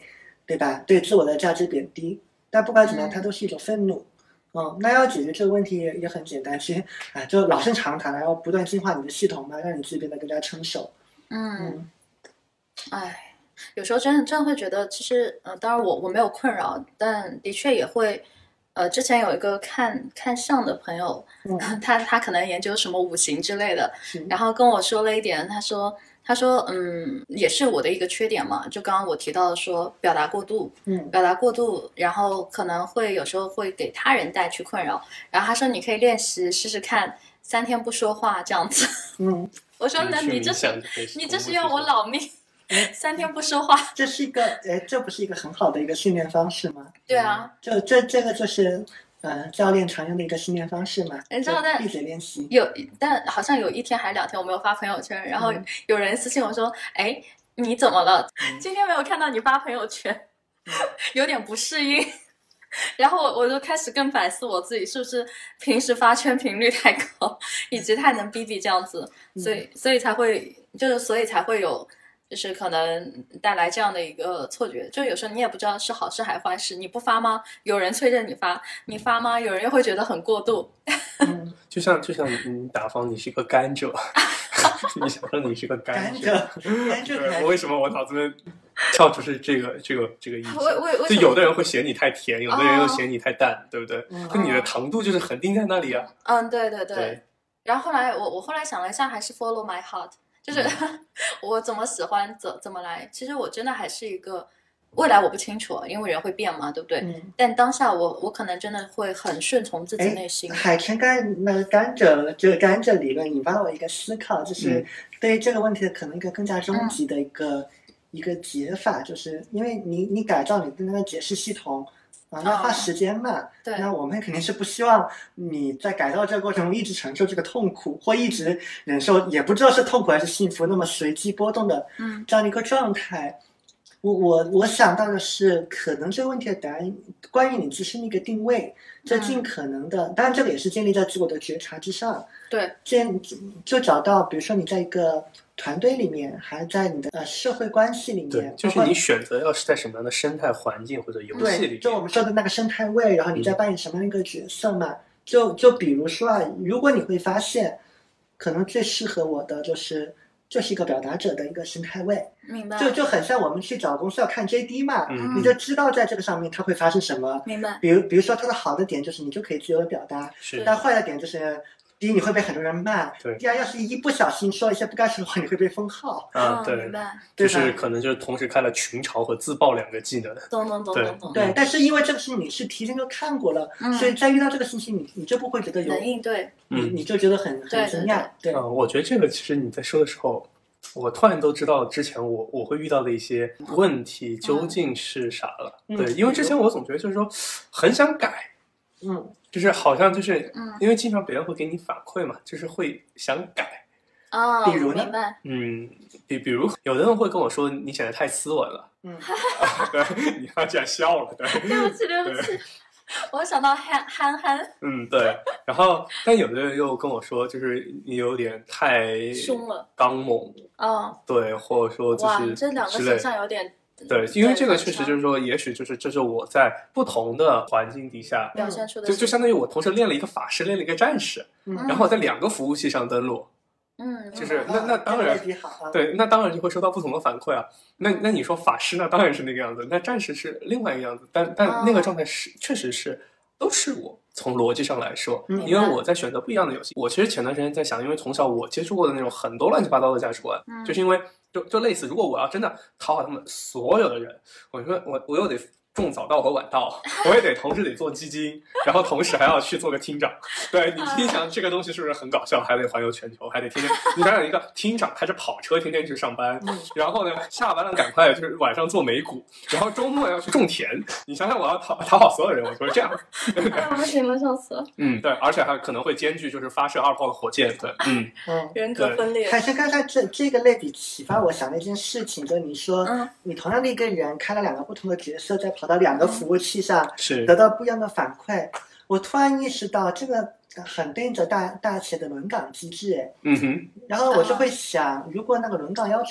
对吧？对自我的价值贬低。但不管怎么样，它都是一种愤怒。嗯，那要解决这个问题也也很简单，其实啊，就老生常谈了，要不断净化你的系统嘛，让你自己变得更加成熟。 嗯，哎，有时候真的真的会觉得，其实呃，当然我我没有困扰，但的确也会。呃，之前有一个看看相的朋友， 嗯、 他他可能研究什么五行之类的，然后跟我说了一点，他说他说嗯，也是我的一个缺点嘛，就刚刚我提到的说表达过度， 嗯， 表达过度，然后可能会有时候会给他人带去困扰，然后他说你可以练习试试看，三天不说话这样子， 嗯， 我说那你这是你这是要我老命。三天不说话， 这是一个哎，这不是一个很好的一个训练方式吗？ 对啊， 这这这个就是呃教练常用的一个训练方式嘛。 你知道，但闭嘴练习有，但好像有一天还两天我没有发朋友圈，然后有人私信我说：“哎、嗯，你怎么了？今天没有看到你发朋友圈，嗯、有点不适应。”然后我我就开始更反思我自己是不是平时发圈频率太高，以及太能逼逼这样子，所以所以才会就是所以才会有。就是可能带来这样的一个错觉，就有时候你也不知道是好事还是坏事。你不发吗？有人催着你发，你发吗？有人又会觉得很过度。 嗯， 就像就像你打方，你是一个甘蔗，你想说你是个甘蔗， 甘蔗。 为什么我脑子里跳出是这个这个这个意思？ 就有的人会嫌你太甜，有的人又嫌你太淡，哦、对不对？ 嗯、 就你的糖度就是恒定在那里啊。 嗯，对对对, 对。然后后来我我后来想了一下，还是 follow my heart。就是我怎么喜欢怎怎么来，其实我真的还是一个未来我不清楚，因为人会变嘛，对不对？ 嗯、 但当下我我可能真的会很顺从自己内心。 海天刚那个甘蔗这个甘蔗理论引发了我一个思考，就是对于这个问题的可能一个更加终极的一个、嗯、一个解法，就是因为你你改造你的那个解释系统。啊，要花时间嘛、哦？ 对， 那我们肯定是不希望你在改造这个过程中一直承受这个痛苦，或一直忍受也不知道是痛苦还是幸福，那么随机波动的这样的一个状态。嗯、我我我想到的是，可能这个问题的答案关于你自身的一个定位，这尽可能的，嗯、当然这个也是建立在自我的觉察之上。 对， 建就找到，比如说你在一个团队里面，还在你的呃社会关系里面， 对，就是你选择要是在什么样的生态环境或者游戏里面， 就我们说的那个生态位，然后你在扮演什么样的一个角色嘛？嗯、就就比如说啊，如果你会发现，可能最适合我的就是就是一个表达者的一个生态位， 明白？ 就就很像我们去找公司要看 J D 嘛， 嗯、 你就知道在这个上面它会发生什么， 明白？ 比如比如说它的好的点就是你就可以自由的表达， 是， 但坏的点就是。第一，你会被很多人骂；第二，要是一不小心说一些不该说的话，你会被封号。 啊，对， 明白。 就是可能就是同时开了群嘲和自爆两个技能。 懂懂懂懂懂。 对，但是因为这个事情你是提前就看过了， 嗯、 所以在遇到这个信息，你你就不会觉得有能应对， 你你就觉得很很惊讶。对， 啊、嗯，我觉得这个其实你在说的时候，我突然都知道之前我我会遇到的一些问题究竟是啥了。 嗯、 对，因为之前我总觉得就是说很想改。 嗯。 就是好像就是因为经常别人会给你反馈嘛，就是会想改哦， 比如呢？ 明白。 嗯，比比如有的人会跟我说你显得太斯文了， 嗯， 对，你看竟然笑了，对， 对不起对不起，我想到憨憨憨， 嗯对，然后但有的人又跟我说，就是你有点太凶了， 刚猛， 哦， 对，或者说就是哇，这两个形象有点。 对，因为这个确实就是说，也许就是这是我在不同的环境底下表现出的， 就就相当于我同时练了一个法师，练了一个战士， 嗯、 然后在两个服务器上登录， 嗯， 就是那那当然，对，那当然就会收到不同的反馈啊。那那你说法师那当然是那个样子，那战士是另外一个样子，但但那个状态是、哦、确实是都是我。从逻辑上来说，因为我在选择不一样的游戏。我其实前段时间在想，因为从小我接触过的那种很多乱七八糟的价值观， 嗯、 就是因为就就类似，如果我要真的讨好他们所有的人，我说我我又得种早稻和晚稻，我也得同时得做基金，然后同时还要去做个厅长。对，你听想这个东西是不是很搞笑？还得环游全球，还得天天你想想一个厅长开着跑车天天去上班，然后呢下班了赶快就是晚上做美股，然后周末要去种田。你想想我要讨讨好所有人，我就是这样。 不行了，笑死了。 嗯，对，而且还可能会兼具就是发射二炮的火箭。对，嗯嗯， 人格分裂。 还是刚才这这个类比启发我想的一件事情，就是你说， 嗯， 你同样的一个人开了两个不同的角色，在跑到两个服务器上， 是得到不一样的反馈。我突然意识到，这个很对应着大大企业的轮岗机制，哎， 嗯哼。 然后我就会想，如果那个轮岗要求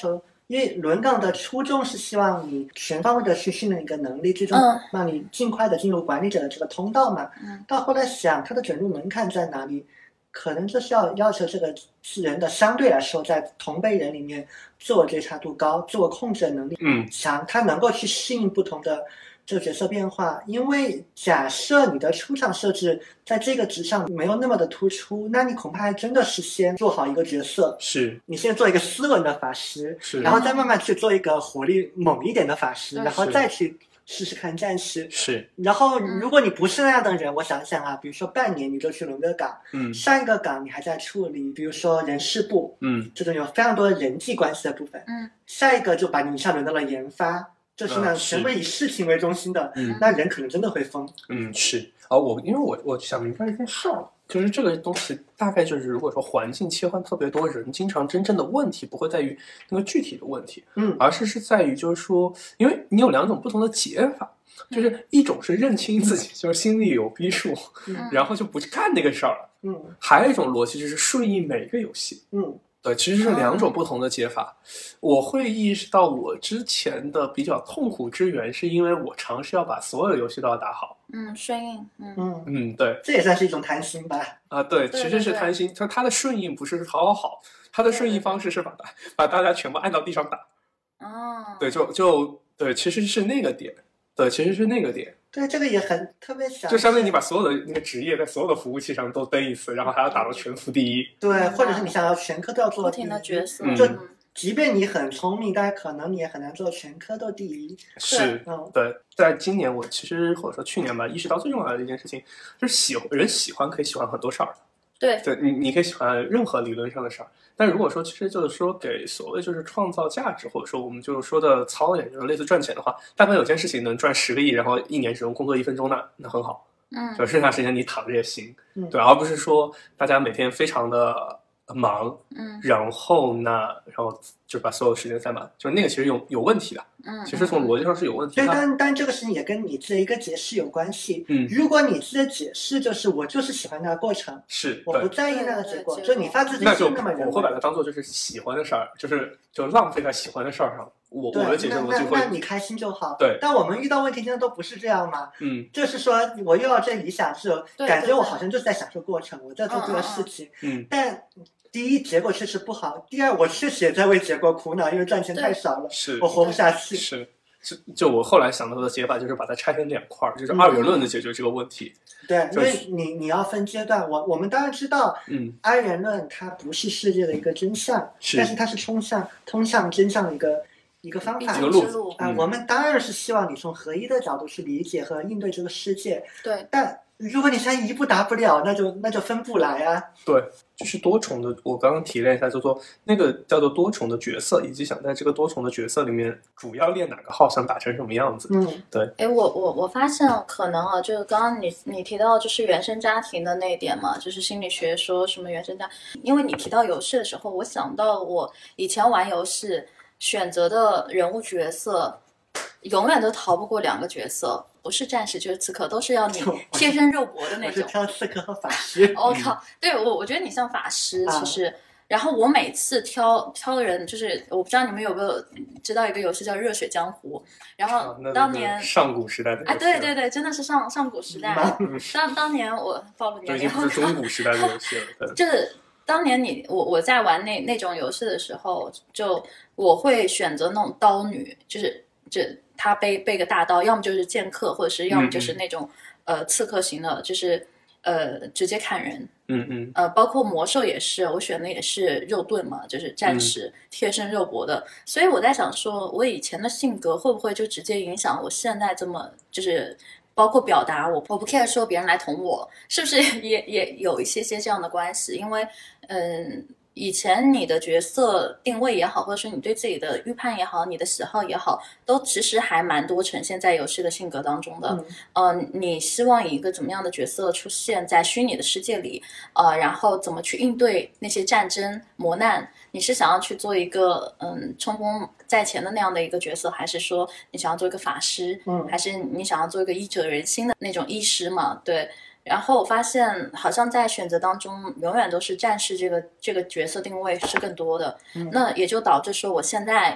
因为轮岗的初衷是希望你全方位的去训练一个能力，最终嗯让你尽快的进入管理者的这个通道嘛。 嗯到后来想，它的准入门槛在哪里？可能就是要要求这个人的相对来说，在同辈人里面自我觉察度高，自我控制的能力嗯强，他能够去适应不同的这个角色变化。因为假设你的出场设置在这个职上没有那么的突出，那你恐怕还真的是先做好一个角色， 是你先做一个斯文的法师， 是然后再慢慢去做一个活力猛一点的法师， 对然后是再去试试看战士。 是， 然后如果你不是那样的人，我想想啊，比如说半年你就去轮个岗， 嗯上一个岗你还在处理，比如说人事部嗯这种有非常多人际关系的部分， 嗯下一个就把你一下轮到了研发，就是呢嗯是全部以事情为中心的， 嗯那人可能真的会疯。 嗯是。啊，我因为我我想明白一件事儿，就是这个东西大概就是如果说环境切换特别多，人经常真正的问题不会在于那个具体的问题， 嗯而是是在于就是说，因为你有两种不同的解法。就是一种是认清自己，就是心里有逼数， 嗯然后就不去干那个事儿了。 嗯还有一种逻辑就是顺应每个游戏。 嗯对，其实是两种不同的解法。我会意识到我之前的比较痛苦之源，是因为我尝试要把所有游戏都要打好。 嗯，顺应，嗯嗯， 嗯，对这也算是一种贪心吧。 啊，对， 对其实是对对贪心。它它的顺应不是好好好，它的顺应方式是把大把大家全部按到地上打。 哦， 对，就就对，其实是那个点。对，其实是那个点。 对，这个也很特别想， 就相当于你把所有的那个职业在所有的服务器上都登一次，然后还要打到全服第一。 对，或者是你想要全科都要做不停第一的角色， 嗯就嗯即便你很聪明，但是可能你也很难做全科都第一。 是， 嗯对，在今年我其实或者说去年吧，意识到最重要的一件事情就是喜人喜欢可以喜欢很多事儿， 对， 对你你可以喜欢任何理论上的事儿，但如果说其实就是说给所谓就是创造价值，或者说我们就是说的糙一点，就是类似赚钱的话，但凡有件事情能赚十个亿，然后一年只用工作一分钟，那那很好， 嗯就剩下时间你躺着也行， 嗯对，而不是说大家每天非常的忙， 嗯然后呢，然后就把所有时间塞满，就是那个其实有有问题的， 嗯， 其实从逻辑上是有问题对， 的。 但但这个事情也跟你这一个解释有关系。 嗯如果你自己的解释就是我就是喜欢那个过程， 是， 我不对， 在意那个结果， 对对就你发自内那就心那么认我会把为。 它当做就是喜欢的事儿，就是就浪费在喜欢的事儿上。我对， 我的解释那那逻辑会那你开心就好。 对但我们遇到问题真的都不是这样嘛？ 嗯就是说我又要这理想，是对感觉我对对好像就是在享受过程，我在做这个事情。 嗯但第一，结果确实不好；第二，我确实也在为结果苦恼，因为赚钱太少了， 是我活不下去。 是。就就我后来想到的解法就是把它拆成两块儿，就是嗯二元论的解决这个问题。 对，因就是为你你要分阶段，我我们当然知道， 嗯， 二元论它不是世界的一个真相， 是但是它是通向通向真相的一个一个方法。 必经一个路之路， 啊、 嗯我们当然是希望你从合一的角度去理解和应对这个世界， 对， 但如果你现在一步达不了，那就那就分不来啊。 对，就是多重的。我刚刚提了一下，就说那个叫做多重的角色，以及想在这个多重的角色里面主要练哪个号，想打成什么样子。 嗯哎，我我我发现可能啊，就是刚刚你你提到就是原生家庭的那一点嘛，就是心理学说什么原生家，因为你提到游戏的时候，我想到我以前玩游戏选择的人物角色，永远都逃不过两个角色，不是战士就是刺客，都是要你贴身肉搏的那我是种。 挑刺客和法师。 我、靠，对我我觉得你像法师， 啊其实。然后我每次挑挑的人，就是我不知道你们有没有知道一个游戏叫《热血江湖》，然啊后那当年上古时代的啊， 游戏了对对对，真的是上上古时代。当当年我暴露就年龄已经不是中古时代的游戏了。对就是当年你我我在玩那那种游戏的时候，就我会选择那种刀女，就是就她背背个大刀，要么就是剑客，或者是要么就是那种、呃刺客型的，就是呃直接砍人。 嗯嗯呃，包括魔兽也是，我选的也是肉盾嘛，就是战士、贴身肉搏的。所以我在想说，我以前的性格会不会就直接影响我现在这么就是。包括表达我，我不 care 说别人来捅我，是不是也也有一些些这样的关系？因为，嗯，以前你的角色定位也好，或者说你对自己的预判也好，你的喜好也好，都其实还蛮多呈现在游戏的性格当中的。 嗯呃，你希望以一个怎么样的角色出现在虚拟的世界里？呃，然后怎么去应对那些战争磨难？你是想要去做一个嗯冲锋在前的那样的一个角色，还是说你想要做一个法师？ 嗯还是你想要做一个医者仁心的那种医师嘛？对。然后我发现，好像在选择当中，永远都是战士这个这个角色定位是更多的。 嗯那也就导致说，我现在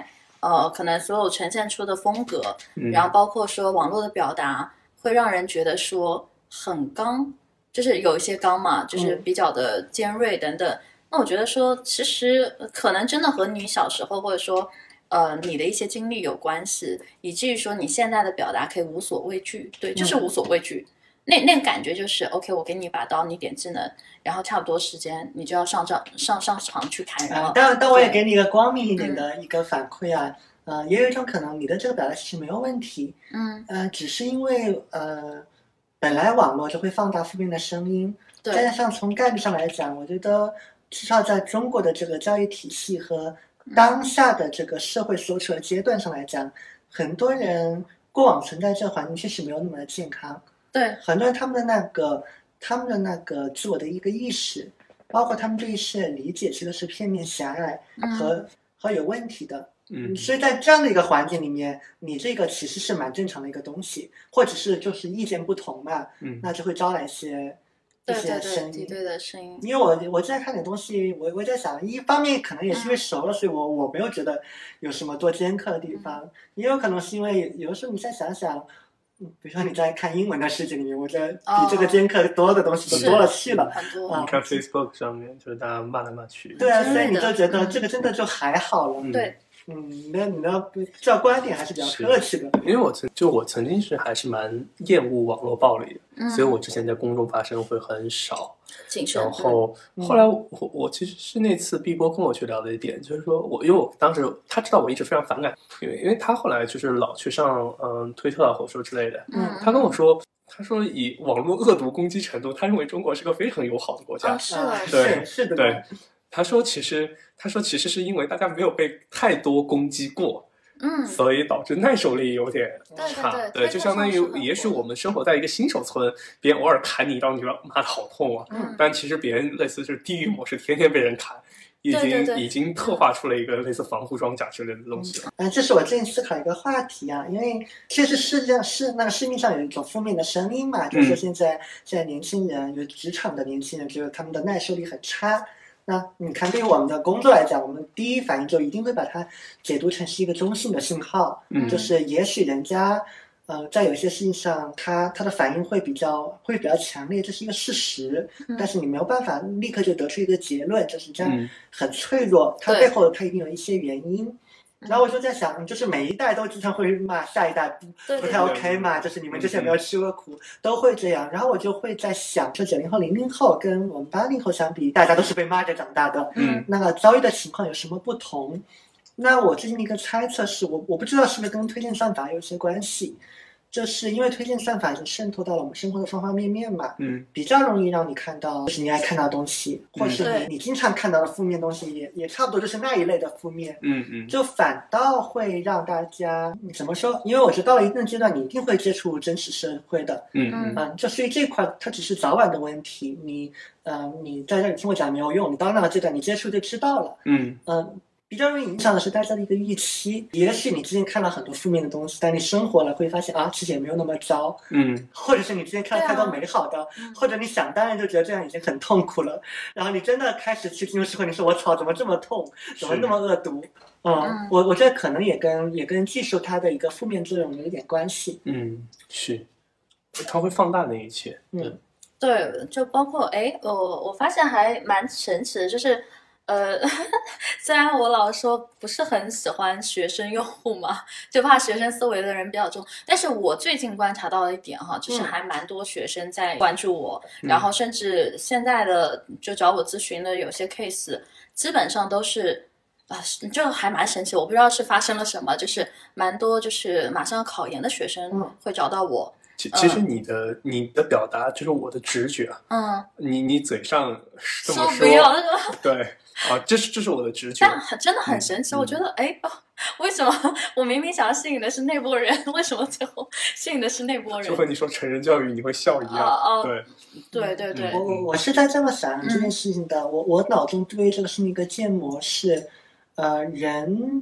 呃，可能所有呈现出的风格， 嗯然后包括说网络的表达，会让人觉得说很刚，就是有一些刚嘛，就是比较的尖锐等等。那我觉得说，其实可能真的和你小时候或者说呃你的一些经历有关系，以至于说你现在的表达可以无所畏惧，对，就是无所畏惧。那那个感觉就是 OK， 我给你一把刀，你点技能，然后差不多时间你就要上场上上场去砍人了。 啊，但但我也给你一个光明一点的一个反馈啊，嗯、呃，也有一种可能，你的这个表达其实没有问题， 嗯， 呃，只是因为呃，本来网络就会放大负面的声音， 对， 再加上从概率上来讲，我觉得至少在中国的这个教育体系和当下的这个社会所处的阶段上来讲，很多人过往存在这个环境确实没有那么的健康。 对， 很多人他们的那个他们的那个自我的一个意识，包括他们对于事的理解，其实是片面狭隘和、嗯、和有问题的。 嗯， 所以在这样的一个环境里面，你这个其实是蛮正常的一个东西，或者是就是意见不同嘛， 嗯， 那就会招来一些一些声音， 对对的声音。 因为我我在看点东西，我我在想，一方面可能也是因为熟了，嗯、所以我我没有觉得有什么多尖刻的地方，嗯、也有可能是因为有的时候你再想想。比如说你在看英文的世界里面，我觉得比这个尖刻多的东西都多了去了。 很多、 啊， 你看 Facebook 上面就是大家骂来骂去。 对啊，所以你就觉得这个真的就还好了。 嗯、对， 嗯，你的你的这观点还是比较客气的。 因为我曾就我曾经是还是蛮厌恶网络暴力的， 嗯、 所以我之前在公众发声会很少。 谨慎。 然后后来我我其实是那次碧波跟我去聊的一点，就是说我因为我当时他知道我一直非常反感，因为因为他后来就是老去上嗯推特啊或者说之类的， 嗯， 他跟我说。他说：“以网络恶毒攻击程度，他认为中国是个非常友好的国家。 哦”是的， 对， 是的。 对，他说：“其实，他说其实是因为大家没有被太多攻击过， 嗯， 所以导致耐受力有点差。 对对对，就相当于，也许我们生活在一个新手村，别人偶尔砍你一刀，你就骂的好痛啊。 嗯， 但其实别人类似是地狱模式，天天被人砍。”已经对对对已经特化出了一个类似防护装甲之类的东西了。 嗯，这是我最近思考一个话题啊，因为确实世界上是那个市面上有一种负面的声音嘛，就是说现在、嗯、现在年轻人，有职场的年轻人，就是他们的耐受力很差。那你看，对于我们的工作来讲，我们第一反应就一定会把它解读成是一个中性的信号， 嗯， 就是也许人家。呃，在有些事情上，他他的反应会比较会比较强烈，这是一个事实。 嗯、 但是你没有办法立刻就得出一个结论，就是这样嗯、 很脆弱，它背后它一定有一些原因。然后我就在想，就是每一代都经常会骂下一代不不太 OK 嘛，就是你们这些没有吃过苦，都会这样。然后我就会在想，说九零后、零零后跟我们八零后相比，大家都是被骂着长大的， 嗯， 那个遭遇的情况有什么不同？那我最近的一个猜测是我我不知道是不是跟推荐算法有些关系。就是因为推荐算法已经渗透到了我们生活的方方面面嘛， 嗯， 比较容易让你看到就是你爱看到的东西，或者是你、嗯、你经常看到的负面东西也也差不多就是那一类的负面， 嗯嗯， 就反倒会让大家怎么说？因为我觉得到了一定阶段，你一定会接触真实社会的， 嗯嗯嗯，就所以这块它只是早晚的问题，你呃你在这里听我讲没有用，你到那个阶段你接触就知道了， 嗯嗯。比较容易影响的是大家的一个预期，也许你之前看了很多负面的东西，但你生活了会发现啊，其实也没有那么糟， 嗯， 或者是你之前看了太多美好的， 啊、 或者你想当然就觉得这样已经很痛苦了，然后你真的开始去进入社会，你说我操，怎么这么痛，怎么那么恶毒？嗯，嗯我我觉得可能也跟也跟技术它的一个负面作用有一点关系。 嗯，是，它会放大那一切。 嗯， 对，就包括哎，我我发现还蛮神奇的，就是。呃，虽然我老说不是很喜欢学生用户嘛，就怕学生思维的人比较重，但是我最近观察到了一点哈，就是还蛮多学生在关注我， 嗯、 然后甚至现在的就找我咨询的有些 case， 基本上都是啊、呃，就还蛮神奇，我不知道是发生了什么，就是蛮多就是马上要考研的学生会找到我。 其其实你的、嗯、你的表达就是我的直觉啊， 嗯， 你你嘴上这么说，不要对啊，这是这是我的直觉， 但真的很神奇，嗯、我觉得哎、哦，为什么我明明想要吸引的是那波人，为什么最后吸引的是那波人？ 就和你说成人教育你会笑一样， 哦、 对， 对对对， 我我我是在这么想这件事情的，嗯、我我脑中对这个是一个建模是，呃，人。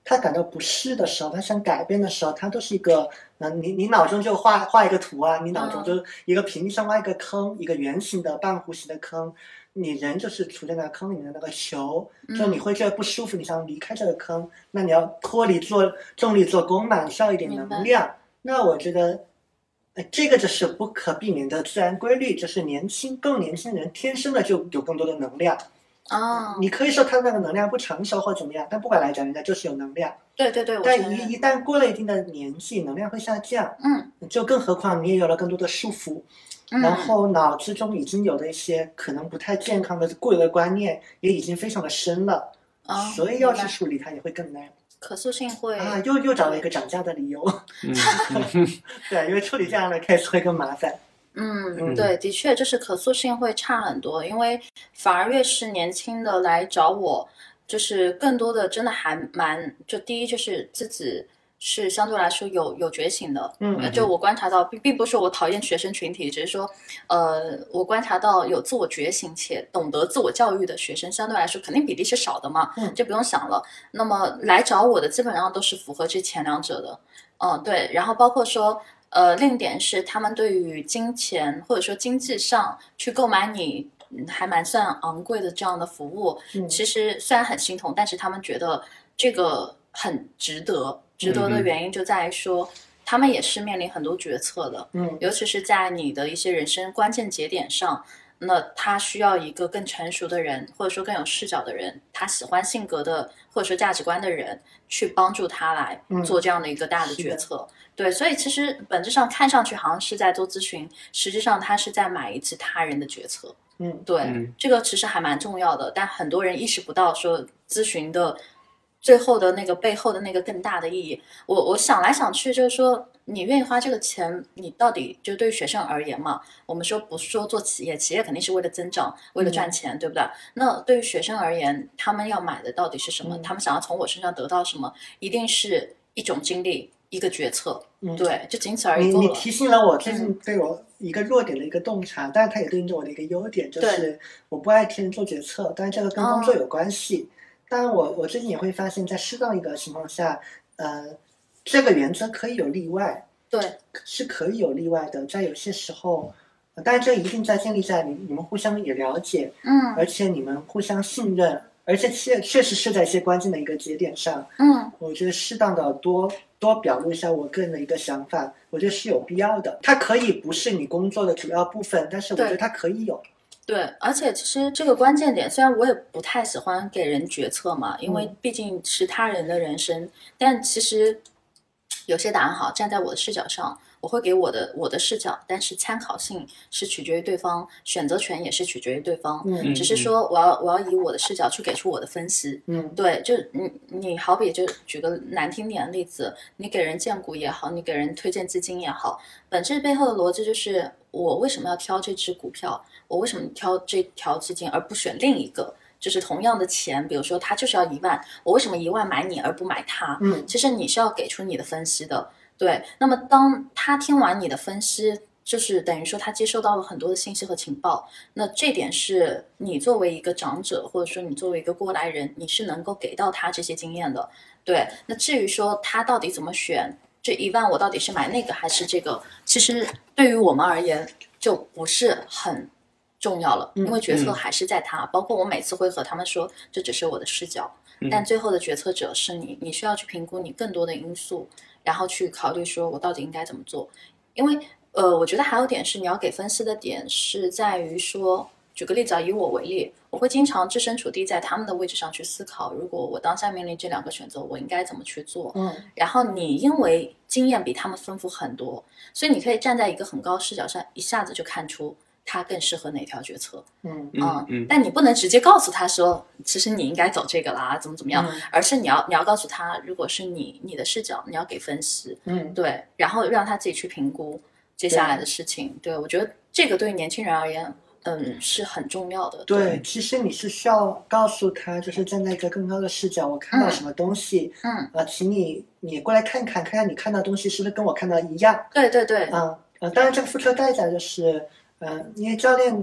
他感到不适的时候，他想改变的时候，他都是一个，嗯，你你脑中就画画一个图啊，你脑中就一个平地上挖一个坑，一个圆形的半弧形的坑，你人就是处在那个坑里面的那个球，就你会觉得不舒服，你想离开这个坑，那你要脱离做重力做功嘛，你需要一点能量。那我觉得，呃，这个就是不可避免的自然规律，就是年轻更年轻人天生的就有更多的能量。 哦， 你可以说他那个能量不成熟或怎么样，但不管来讲，人家就是有能量。 对对对， 但一一旦过了一定的年纪，能量会下降。 嗯， 就更何况你也有了更多的束缚， 嗯、 然后脑子中已经有的一些可能不太健康的固有的观念也已经非常的深了， 哦、 所以要去处理它也会更难。 可塑性会啊，又又找了一个涨价的理由。嗯、对，因为处理这样的 case 会更麻烦。 嗯，对，的确就是可塑性会差很多，因为反而越是年轻的来找我，就是更多的真的还蛮，就第一就是自己是相对来说有有觉醒的， 嗯， 就我观察到，并并不是我讨厌学生群体，只是说，呃，我观察到有自我觉醒且懂得自我教育的学生，相对来说肯定比例是少的嘛， 嗯， 就不用想了。那么来找我的基本上都是符合这前两者的，嗯，对，然后包括说。呃，另一点是，他们对于金钱或者说经济上去购买你还蛮算昂贵的这样的服务， 嗯、 其实虽然很心痛，但是他们觉得这个很值得。值得的原因就在于说，嗯、他们也是面临很多决策的， 嗯， 尤其是在你的一些人生关键节点上，那他需要一个更成熟的人，或者说更有视角的人，他喜欢性格的或者说价值观的人，去帮助他来做这样的一个大的决策。嗯，对，所以其实本质上看上去好像是在做咨询，实际上他是在买一次他人的决策。 嗯， 对， 嗯， 这个其实还蛮重要的，但很多人意识不到说咨询的最后的那个背后的那个更大的意义。我我想来想去，就是说你愿意花这个钱，你到底就对于学生而言嘛，我们说不是说做企业，企业肯定是为了增长，为了赚钱，嗯、对不对？那对于学生而言，他们要买的到底是什么？嗯、他们想要从我身上得到什么？一定是一种经历。一个决策，嗯，对，就仅此而已。 你你提醒了我最近对我一个弱点的一个洞察，嗯、但是它也对应着我的一个优点，就是我不爱替人做决策，但是这个跟工作有关系。哦、当然我，我最近也会发现，在适当一个情况下，呃，这个原则可以有例外， 对， 是可以有例外的。在有些时候，呃、但是这一定在建立在你你们互相也了解， 嗯， 而且你们互相信任，而且确确实是在一些关键的一个节点上， 嗯， 我觉得适当的多。多表露一下我个人的一个想法，我觉得是有必要的。它可以不是你工作的主要部分，但是我觉得它可以有。 对，而且其实这个关键点，虽然我也不太喜欢给人决策嘛，因为毕竟是他人的人生，嗯、但其实有些答案好，站在我的视角上，我会给我的我的视角，但是参考性是取决于对方，选择权也是取决于对方。 嗯， 只是说我要我要以我的视角去给出我的分析。 嗯， 对，就你你好比就举个难听点的例子，你给人荐股也好，你给人推荐基金也好，本质背后的逻辑就是我为什么要挑这只股票，我为什么挑这条基金而不选另一个？就是同样的钱，比如说他就是要一万，我为什么一万买你而不买他？ 嗯， 其实你是要给出你的分析的。对，那么当他听完你的分析，就是等于说他接收到了很多的信息和情报，那这点是你作为一个长者，或者说你作为一个过来人，你是能够给到他这些经验的。对，那至于说他到底怎么选，这一万我到底是买那个还是这个，其实对于我们而言就不是很重要了，因为决策还是在他。嗯、包括我每次会和他们说，这只是我的视角，嗯、但最后的决策者是你，你需要去评估你更多的因素。然后去考虑说我到底应该怎么做，因为呃，我觉得还有点是你要给分析的点是在于说，举个例子啊，以我为例，我会经常置身处地在他们的位置上去思考，如果我当下面临这两个选择，我应该怎么去做。 嗯， 然后你因为经验比他们丰富很多，所以你可以站在一个很高视角上，一下子就看出他更适合哪条决策。 嗯嗯嗯，但你不能直接告诉他说，其实你应该走这个啦，怎么怎么样，嗯、而是你要你要告诉他，如果是你你的视角，你要给分析， 嗯， 对，然后让他自己去评估接下来的事情。对，对我觉得这个对于年轻人而言，嗯，是很重要的。 对，对其实你是需要告诉他，就是站在一个更高的视角，我看到什么东西， 嗯， 呃，请你你过来看看，看看你看到的东西是不是跟我看到一样。 对对对， 嗯呃，当然这个付出的代价就是。嗯、呃，因为教练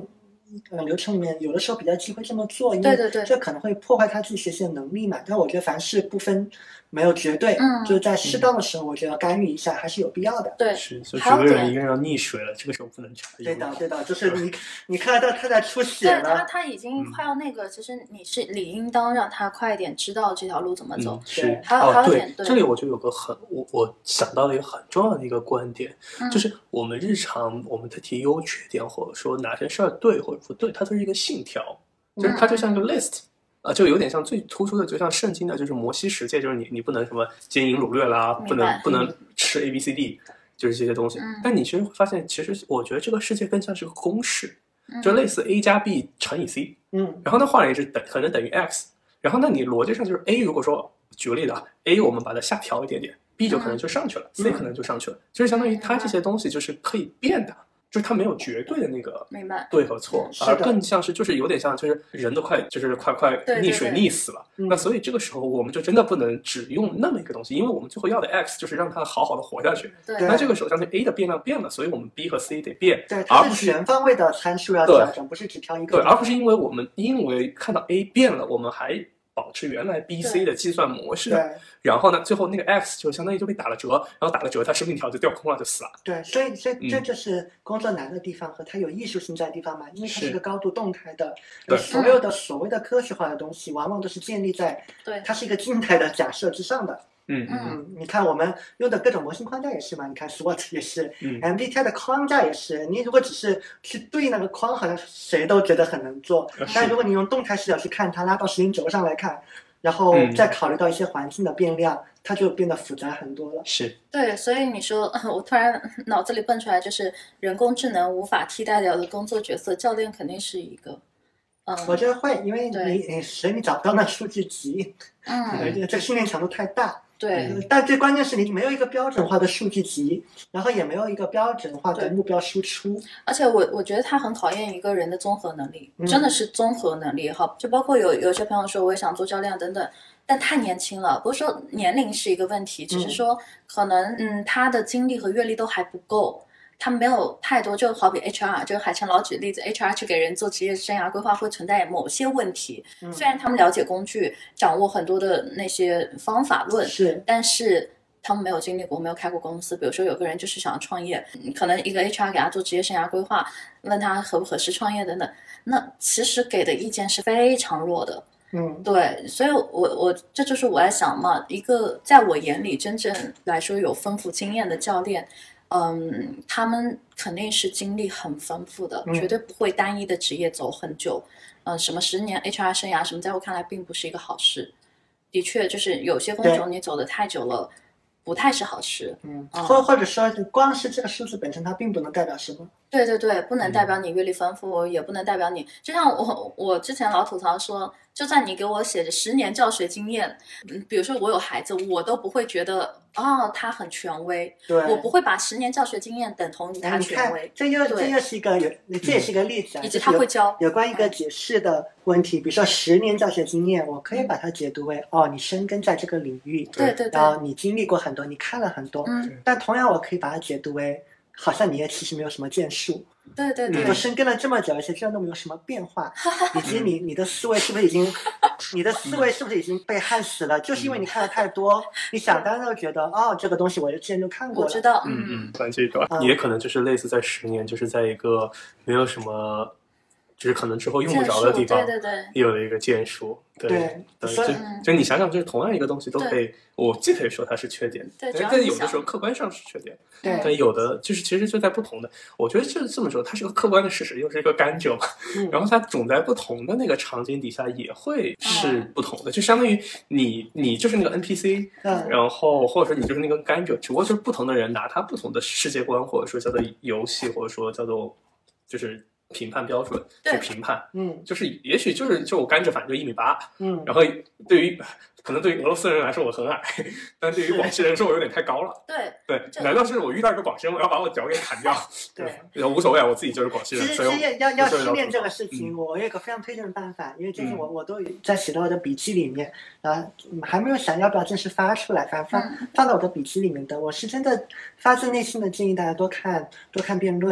呃流程里面，有的时候比较忌讳这么做，因对对对为这可能会破坏他自己学习的能力嘛。但我觉得凡事不分没有绝对， 嗯就是在适当的时候，我觉得干预一下还是有必要的。 对， 是，就还有点整个人一个人要溺水了，这个时候不能插油。 对的，对的，就是你你看到他在出血对他了， 他已经快要那个，其实你是理应当让他快一点知道这条路怎么走嗯，。是对， 还有哦，对还有点，对这里我就有个很我我想到了一个很重要的一个观点， 嗯就是我们日常我们的提优缺点，或者说哪件事儿对或者不对，它都是一个信条，就是它就像一个 list。啊，就有点像最突出的，就像圣经的，就是摩西十诫，就是你你不能什么奸淫掳掠啦，不明白能不能吃 A B C D，就是这些东西。 嗯但你其实会发现，其实我觉得这个世界更像是个公式， 嗯就类似 A 加 B 乘以 C， 嗯然后呢换了一是等可能等于 X，然后那你逻辑上就是 A 如果说举个例子啊 ，A 我们把它下调一点点，B 就可能就上去了、 嗯 c 可能就上去了，就是相当于它这些东西就是可以变的，就是它没有绝对的那个明白。 对和错， 是的而更像是就是有点像就是人都快就是快快对对溺水对溺死了， 嗯那所以这个时候我们就真的不能只用那么一个东西，因为我们最后要的 X 就是让它好好的活下去。 对对那这个时候相当于 A 的变量变了，所以我们 B 和 C 得变， 对， 而它是不是全方位的参数要对调整，不是只挑一个。 对，而不是因为我们因为看到 A 变了，我们还保持原来 B、C 的计算模式， 对然后呢，最后那个 X 就相当于就被打了折，然后打了折，它生命条就掉空了，就死了。 对，所以所以嗯这就是工作难的地方和它有艺术性在的地方嘛，因为它是是一个高度动态的， 对而所有的所谓的科学化的东西，往往都是建立在对它是一个静态的假设之上的。 嗯嗯嗯，你看我们用的各种模型框架也是嘛，你看 SWOT 也是嗯 ，M B T I 的框架也是。你如果只是去对那个框，好像谁都觉得很能做， 是但如果你用动态视角去看它，拉到时间轴上来看，然后嗯再考虑到一些环境的变量，它就变得复杂很多了。 是， 对，所以你说，我突然脑子里蹦出来，就是人工智能无法替代掉的工作角色，教练肯定是一个。嗯， 我觉得会，因为对你你谁你找不到那数据集， 嗯， 呃这个训练强度太大。 对呃但最关键是你没有一个标准化的数据集，然后也没有一个标准化的对目标输出。 而且我我觉得它很考验一个人的综合能力， 嗯真的是综合能力哈。就包括有有些朋友说我也想做教练等等，但太年轻了。不是说年龄是一个问题，只是说可能嗯他的经历和阅历都还不够。他没有太多，就好比 H R， 就是海晨老举例子 ，H R 去给人做职业生涯规划会存在某些问题。 嗯虽然他们了解工具，掌握很多的那些方法论， 是， 但是他们没有经历过，没有开过公司。比如说有个人就是想要创业，嗯可能一个 H R 给他做职业生涯规划，问他合不合适创业等等，那其实给的意见是非常弱的。 嗯， 对，所以我我这就是我在想嘛，一个在我眼里真正来说有丰富经验的教练，嗯，他们肯定是经历很丰富的， 嗯绝对不会单一的职业走很久。嗯，什么十年 H R 生涯什么，在我看来并不是一个好事。的确，就是有些工种你走得太久了，不太是好事。 嗯， 嗯或或者说，光是这个数字本身，它并不能代表什么。 对对对，不能代表你阅历丰富，也不能代表你。就像我我之前老吐槽说，就算你给我写着十年教学经验，嗯比如说我有孩子，我都不会觉得哦他很权威， 对， 我不会把十年教学经验等同于哎， 他你看权威，， 这又对这又是一个有，这也是一个例子啊， 以及就是有他会教。 有关一个解释的问题，比如说十年教学经验，我可以把它解读为哦，你深耕在这个领域， 对对对然，后你经历过很多，你看了很多， 嗯， 但同样我可以把它解读为，好像你也其实没有什么建树， 对对对我深耕了这么久，而且这都没有什么变化，以及你你的思维是不是已经，你的思维是不是已经被焊死了？就是因为你看的太多，你想当然就觉得哦，这个东西我之前就看过了， 我知道， 嗯嗯嗯，反正这个嗯也可能就是类似在十年，就是在一个没有什么，就是可能之后用不着的地方， 对对对， 又有一个建树。对对对， 所以就嗯就你想想，就是同样一个东西都可以，我既可以说它是缺点， 对只要但有的你想时候客观上是缺点， 对但有的就是其实就在不同的，我觉得就是这么说，它是个客观的事实，又是一个甘蔗嘛， 嗯然后它总在不同的那个场景底下也会是不同的，就相当于你你就是那个 N P C， 嗯然后或者说你就是那个甘蔗，只不过就是不同的人拿他不同的世界观，或者说叫做游戏，或者说叫做就是评判标准去对评判， 嗯就是也许就是就我甘蔗反正就一米八， 嗯， 然后对于可能对于俄罗斯人来说我很矮，但对于广西人说我有点太高了。 对对， 这难道是我遇到一个广西人，我要把我脚给砍掉？ 对。 对，无所谓啊，我自己就是广西人， 其实， 所以我其实要要所以训练这个吐槽事情，我有一个非常推荐的办法，因为最近嗯我我都有在写到我的笔记里面，啊，还没有想要不要正式发出来，反正放嗯放到我的笔记里面的。我是真的发自内心的建议大家多看多看辩论，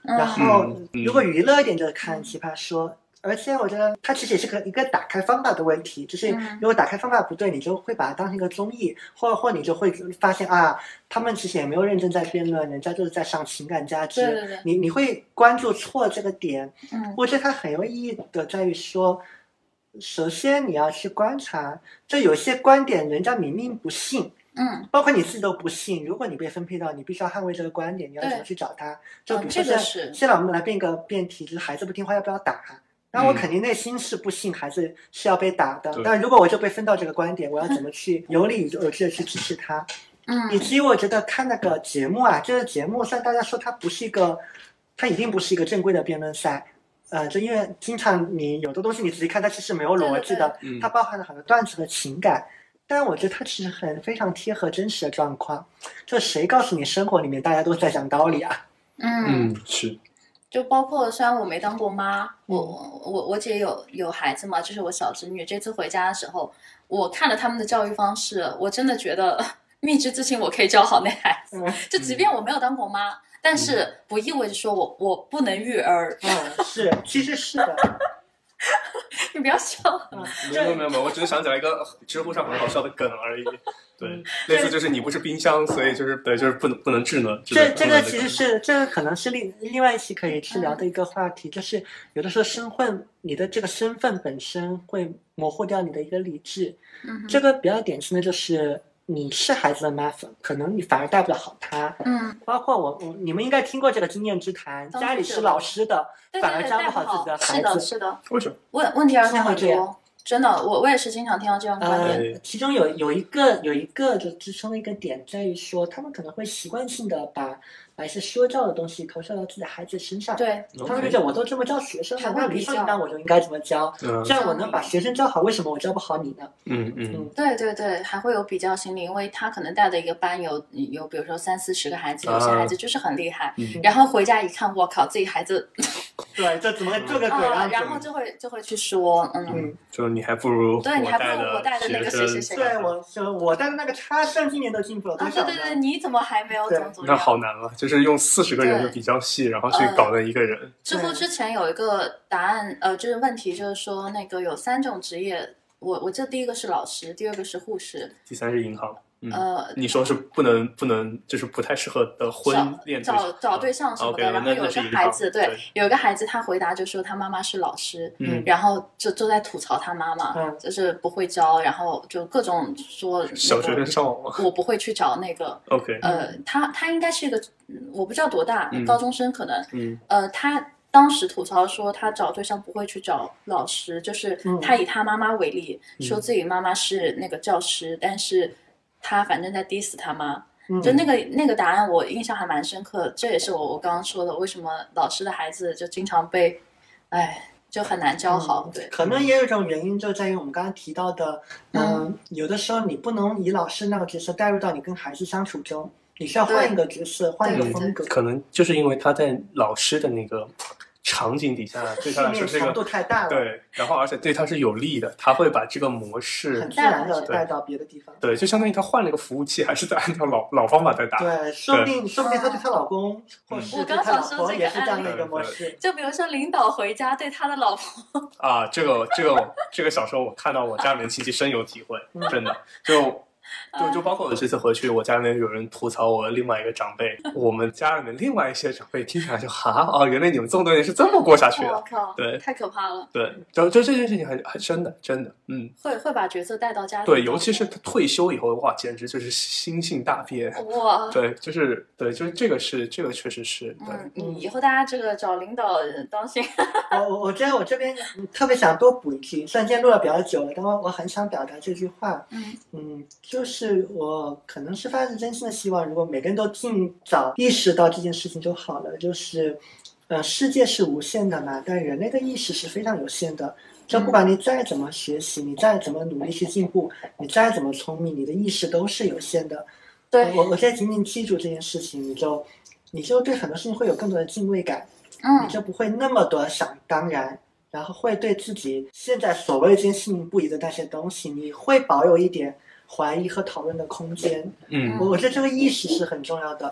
然后嗯嗯如果娱乐一点就是看奇葩说。而且我觉得它其实也是个一个打开方法的问题，就是嗯如果打开方法不对，你就会把它当成一个综艺，或或你就会发现啊，他们其实也没有认真在辩论，人家就是在上情感价值。 对对对， 你你会关注错这个点。 嗯我觉得它很有意义的在于说，首先你要去观察，就有些观点人家明明不信。 嗯， 包括你自己都不信，如果你被分配到，你必须要捍卫这个观点，你要怎么去找他？就比如说这个现是现在我们来变一个辩题，就是孩子不听话要不要打？那我肯定内心是不信孩子是要被打的，但如果我就被分到这个观点，我要怎么去有理有据的去支持他？ 嗯， 以及我觉得看那个节目啊，这个节目虽然大家说它不是一个，它一定不是一个正规的辩论赛。呃，就因为经常你有的东西你仔细看，它其实没有逻辑的， 对对对它包含了很多段子和情感。但我觉得它其实很非常贴合真实的状况，就谁告诉你生活里面大家都在讲道理啊？ 嗯嗯，是， 就包括虽然我没当过妈，我嗯我我姐有有孩子嘛，就是我小侄女。这次回家的时候，我看了他们的教育方式，我真的觉得蜜汁之情我可以教好那孩子。 嗯就即便我没有当过妈，但是不意味着说我我不能育儿。 嗯，是，其实是的。 你不要笑。 嗯， 没有没有没有，我只是想起来一个知乎上很好笑的梗而已。对嗯， 类似就是你不是冰箱，所以就是对，就是不能不能智能。 这这个其实是这个可能是另另外一期可以去聊的一个话题，就是有的时候身份，你的这个身份本身会模糊掉你的一个理智。 嗯这个比较典型的就是你是孩子的妈，可能你反而带不了好他。 嗯， 包括我我你们应该听过这个经验之谈， 当然家里是老师的， 对反而对对， 教不好带不好。 自己的孩子。 是的，是的。 为什么？ 问问题儿童很会这样多，真的，我我也是经常听到这样的观点。 呃，其中有有一个有一个就支撑的一个点在于说，他们可能会习惯性的把把一些说教的东西投射到自己的孩子身上。 对， 他们就觉得我都这么教学生了，那理还会比较所应当我就应该这么教， 嗯这样我能把学生教好，为什么我教不好你呢？ 嗯嗯嗯对对对，还会有比较心理，因为他可能带的一个班有有，比如说三四十个孩子，有些啊孩子就是很厉害， 嗯然后回家一看，我靠，自己孩子对，这怎么做个鬼啊， 样子？ 然后就会就会去说，嗯， 嗯， 就你还不如对你还不带如我带的那个谁谁谁对，我就我带的那个他上今年都进步了多啊， 少呢？ 对对对，你怎么还没有对怎么怎么那好样？ 难了，就是用四十个人就比较细，然后去搞定一个人。 知乎之前有一个答案，呃，就是问题，就是说那个有三种职业，我我记得第一个是老师，第二个是护士， 第三是银行。嗯， 呃， 你说是不能不能，就是不太适合的婚恋对找象找对象什么的。 OK， 然后有一个那那是银行孩子，对对， 有一个孩子他回答就说他妈妈是老师， 嗯然后就都在吐槽他妈妈， 嗯就是不会教，然后就各种说、那个、 小学生上网吗我不会去找那个。 ？OK， 呃，他他应该是一个，嗯我不知道多大， 嗯高中生可能。 嗯呃，他当时吐槽说他找对象不会去找老师，就是嗯他以他妈妈为例， 嗯说自己妈妈是那个教师，但是他反正在 diss 他妈。 嗯就那个那个答案我印象还蛮深刻，这也是我我刚刚说的，为什么老师的孩子就经常被，哎，就很难教好。对， 可能也有一种原因，就在于我们刚刚提到的，嗯，有的时候你不能以老师那个角色带入到你跟孩子相处中，你需要换一个角色，换一个风格。 可能就是因为他在老师的那个场景底下，对他来说是一强度个太大了， 对，然后而且对他是有利的，他会把这个模式很自然的带到别的地方。 对，就相当于他换了一个服务器，还是在按照老老方法在打。 对，说不定说不定她对她老公或是对她老婆也是这样的一个模式。 就比如说领导回家对他的老婆啊，这个这个这个小时候我看到我家里面亲戚深有体会，真的就。就就包括我这次回去，我家里面有人吐槽我另外一个长辈，我们家里面另外一些长辈听起来就哈哦，原来你们这么多年是这么过下去的， 我靠， 对， 太可怕了。 对，就就这件事情还还真的真的，嗯， 会会把角色带到家里。 对，尤其是他退休以后，哇，简直就是心性大变， 哇， 对，就是对，就是这个是这个确实是，对， 嗯，以后大家这个找领导当心。 我我我觉得我这边特别想多补一句，虽然今天录了比较久了，但我我很想表达这句话， 嗯嗯，就是我可能是发自真心的希望，如果每个人都尽早意识到这件事情就好了。就是，呃，世界是无限的嘛，但人类的意识是非常有限的。就不管你再怎么学习，你再怎么努力去进步，你再怎么聪明，你的意识都是有限的。 对， 我我现在仅仅记住这件事情，你就你就对很多事情会有更多的敬畏感， 嗯你就不会那么多想当然。然后会对自己现在所谓坚信不疑的那些东西，你会保有一点怀疑和讨论的空间。 嗯我我觉得这个意识是很重要的。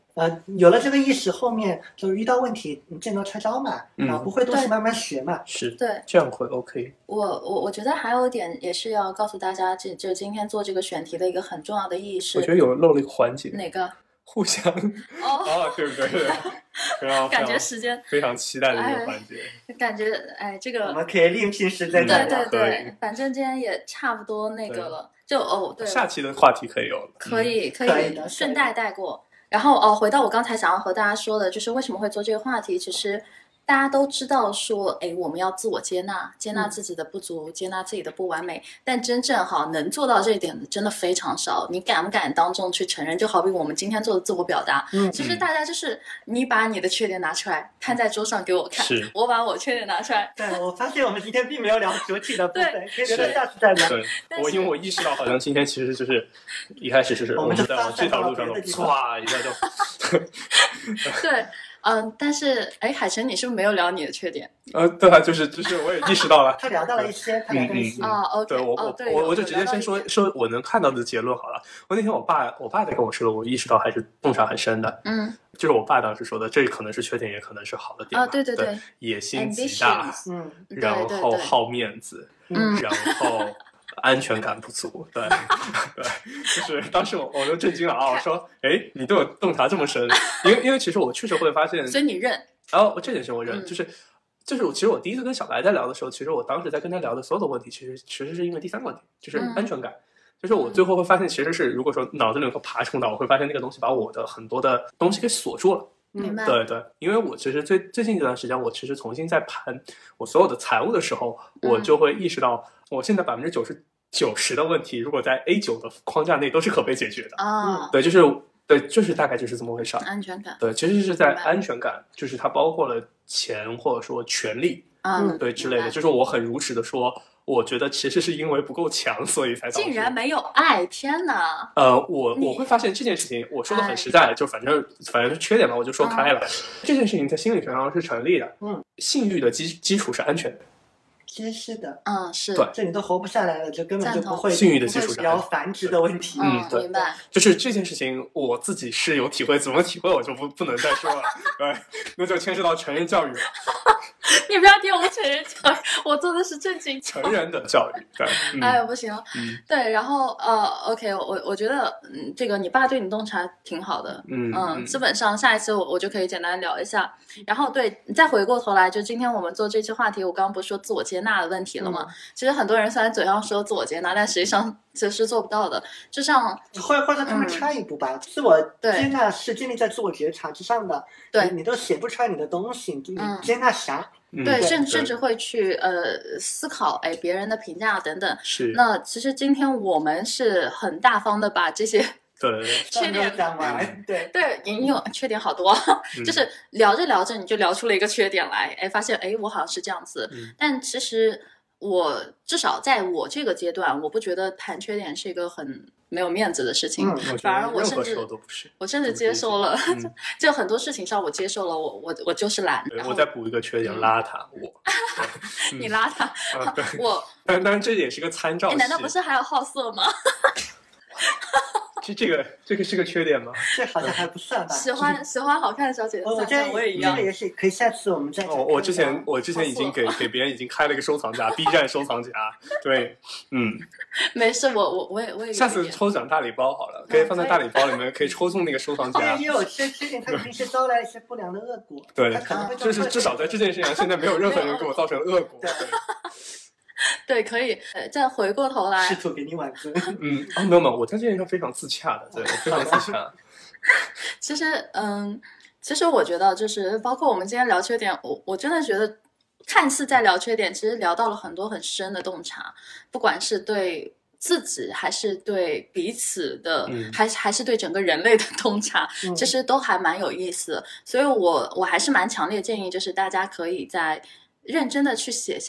呃，有了这个意识，后面就遇到问题，你见招拆招嘛， 嗯啊，不会东西慢慢学嘛。 是， 对， 这样会 OK。 我我我觉得还有一点也是要告诉大家，就就今天做这个选题的一个很重要的意识。 我觉得有漏了一个环节， 哪个？ 互相哦， 哦，对不对？对，非常感觉时间非常期待的一个环节。 感觉哎，这个我们可以另辟时间再聊。 对对对，反正今天也差不多那个了，就哦对， 下期的话题可以有了， 可以可以可以的顺带带过。然后哦，回到我刚才想要和大家说的，就是为什么会做这个话题，其实。大家都知道说，哎，我们要自我接纳，接纳自己的不足，嗯、接纳自己的不完美。但真正哈能做到这一点的，真的非常少。你敢不敢当众去承认？就好比我们今天做的自我表达， 嗯， 其实大家就是你把你的缺点拿出来，摊在桌上给我看，我把我缺点拿出来。 对，我发现我们今天并没有聊主体的部分，可以留到下次再聊。 对，我因为我意识到，好像今天其实就是一开始是我们就在往这条路上走，唰一下就。 对。嗯，但是哎，海晨，你是不是没有聊你的缺点？ 呃，对啊，就是就是我也意识到了， 他聊到了一些，他聊到了一些啊。OK， 对我我我我就直接先说说我能看到的结论好了。我那天我爸我爸在跟我说了，我意识到还是洞察很深的。 嗯， 就是我爸当时说的，这可能是缺点，也可能是好的点啊。对对对， 对， 野心极大， 嗯， 然后好面子， 嗯， 然后。安全感不足，对对，就是当时我我都震惊了啊！我说，哎，你对我洞察这么深，因为因为其实我确实会发现， 所以你认， 然后这点是我认， 嗯、 就是就是我其实我第一次跟小白在聊的时候，其实我当时在跟他聊的所有的问题，其实其实是因为第三个问题，就是安全感。嗯、就是我最后会发现，其实是如果说脑子里有个爬虫脑，我会发现那个东西把我的很多的东西给锁住了。 明白。 对对，因为我其实最最近这段时间，我其实重新在盘我所有的财务的时候，我就会意识到，我现在百分之九十。九十的问题，如果在 A 九的框架内都是可被解决的啊、哦。 对，就是对，就是大概就是这么回事。 安全感。 对，其实是在安全感，就是它包括了钱或者说权利， 嗯， 对之类的。就是我很如实的说，我觉得其实是因为不够强，所以才竟然没有爱，天哪！ 呃，我我会发现这件事情，我说的很实在，就反正反正是缺点嘛，我就说开了。嗯、这件事情在心理学上是成立的。 嗯， 性欲的基基础是安全的。 其实是的， 嗯，是， 对， 这你都活不下来了，就根本就不会性欲的基础上聊繁殖的问题。 嗯，对，明白。 就是这件事情，我自己是有体会，怎么体会我就不不能再说了。对，那就牵涉到成人教育了。 你不要听我们成人教育，我做的是正经成人的教育。对， 嗯、哎，不行了。 嗯、 对，然后呃 ，OK， 我我觉得，嗯，这个你爸对你洞察挺好的。 嗯嗯，基本上下一次我我就可以简单聊一下。然后对，再回过头来，就今天我们做这期话题，我刚刚不是说自我接纳的问题了吗？嗯、其实很多人虽然嘴上说自我接纳，但实际上其实做不到的。就像或或者他们差一步吧，嗯、自我接纳是建立在自我觉察之上的。 对， 你, 你都写不出来你的东西，你接纳啥？ 嗯、 对， 对甚甚至会去呃思考，哎，别人的评价等等。 是。 那其实今天我们是很大方的把这些。 对， 缺点讲完，对对，你有缺点好多，嗯、就是聊着聊着你就聊出了一个缺点来，哎，发现哎我好像是这样子， 嗯、 但其实我至少在我这个阶段，我不觉得谈缺点是一个很没有面子的事情， 嗯、 反而我甚至我甚至接受了， 嗯、 就很多事情上我接受了，我我我就是懒，然后我再补一个缺点，邋遢，我你邋遢， 嗯、 我但当然这也是个参照系， 难道不是还有好色吗？ 这这个这个是个缺点吗？ 这好像还不算吧。 喜欢喜欢好看的小姐姐， 我觉得我也一样。 这个也是可以，下次我们再。 哦，我之前我之前已经给给别人已经开了一个收藏夹，B 站收藏夹。对，嗯。 没事，我我我也我也。 下次抽奖大礼包好了，可以放在大礼包里面，可以抽中那个收藏夹。 也有些缺点，它肯定是招来一些不良的恶果。 对， 它可能会就是至少在这件事情上，现在没有任何人给我造成恶果。 对。 对，可以。呃，再回过头来， 试图给你挽尊。 嗯，哦，没有没有，我在这件事上非常自洽的，对，非常自洽。 其实，嗯，其实我觉得，就是包括我们今天聊缺点，我我真的觉得，看似在聊缺点，其实聊到了很多很深的洞察，不管是对自己，还是对彼此的， 嗯、 还还是对整个人类的洞察， 嗯、 其实都还蛮有意思的。所以我我还是蛮强烈建议，就是大家可以在。认真的去写下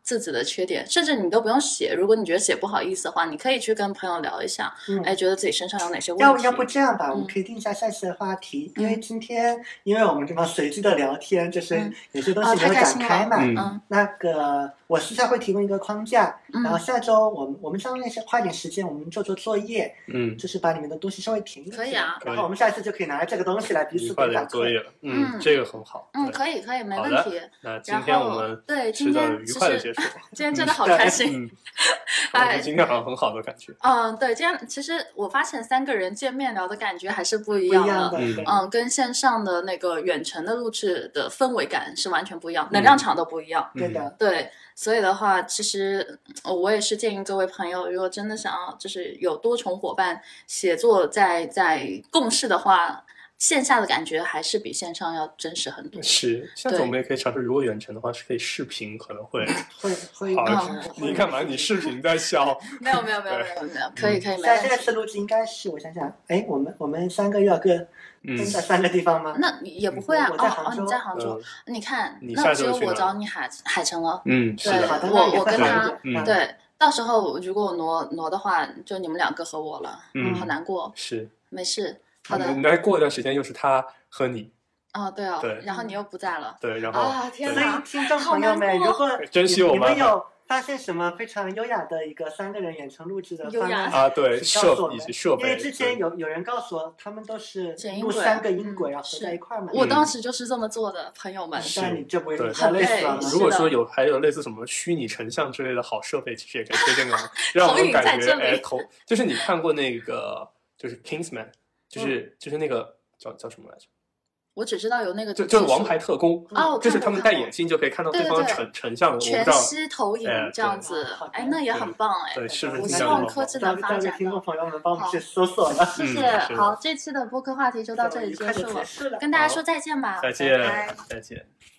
自己的缺点，甚至你都不用写。如果你觉得写不好意思的话，你可以去跟朋友聊一下， 嗯、 哎，觉得自己身上有哪些问题。 要要不这样吧， 嗯、 我们可以定一下下期的话题，嗯、因为今天因为我们这么随机的聊天，就是有些东西没有展开嘛。 嗯嗯、 那个我私下会提供一个框架， 嗯、 然后下周我们我们将那些花点时间，我们做做作业， 嗯， 就是把你们的东西稍微评一评。 可以啊。 然后我们下一次就可以拿这个东西来彼此给反馈。 作业了，嗯，嗯这个很好。 嗯，可以可以，没问题。 那今天我们对今天愉快的结束。 今天真的好开心。 嗯，哎，今天好像很好的感觉。 嗯，对，今天其实我发现三个人见面聊的感觉还是不一样的。 的嗯, 嗯，跟线上的那个远程的录制的氛围感是完全不一样，能量场都不一样。 对的， 对，所以的话，其实我也是建议各位朋友，如果真的想要就是有多重伙伴协作在在共事的话。线下的感觉还是比线上要真实很多。 是，下次我们也可以尝试，如果远程的话，是可以视频，可能会会会。 好，嗯、你干嘛？你视频在笑？ 没有没有没有没有没有，可以可以。 现在这次录制应该是我想想，哎，我们我们三个要各分在三个地方吗？ 那也不会啊。 我在杭州， 哦，你在杭州，你看， 你那只有我找你海海城了。 嗯， 对， 我我跟他对。到时候如果我挪挪的话，就你们两个和我了，嗯，好难过。 是， 没事。好的， 你再过一段时间又是他和你。 哦，对哦， 对， 然后你又不在了。 对，然后啊，天哪！ 所以听众朋友们，如果珍惜我们， 你们有发现什么非常优雅的一个三个人远程录制的方案啊？对， 设以及设备。 因为之前有有人告诉我，他们都是录三个音轨，然后合在一块嘛。 我当时就是这么做的，朋友们。 但你这不会很累死了。 如果说有还有类似什么虚拟成像之类的好设备，其实也可以推荐给我们，让我们感觉哎头。就是你看过那个就是 Kingsman， 就是就是那个叫叫什么来着？ 我只知道有那个就就是王牌特工哦， 就是他们戴眼镜就可以看到对方成成像的全息投影这样子，哎，那也很棒哎。 对，是不是？ 我希望科技的发展。 听众朋友们帮我们去搜索了， 谢谢。好，这期的播客话题就到这里结束了，跟大家说再见吧。 再见，再见。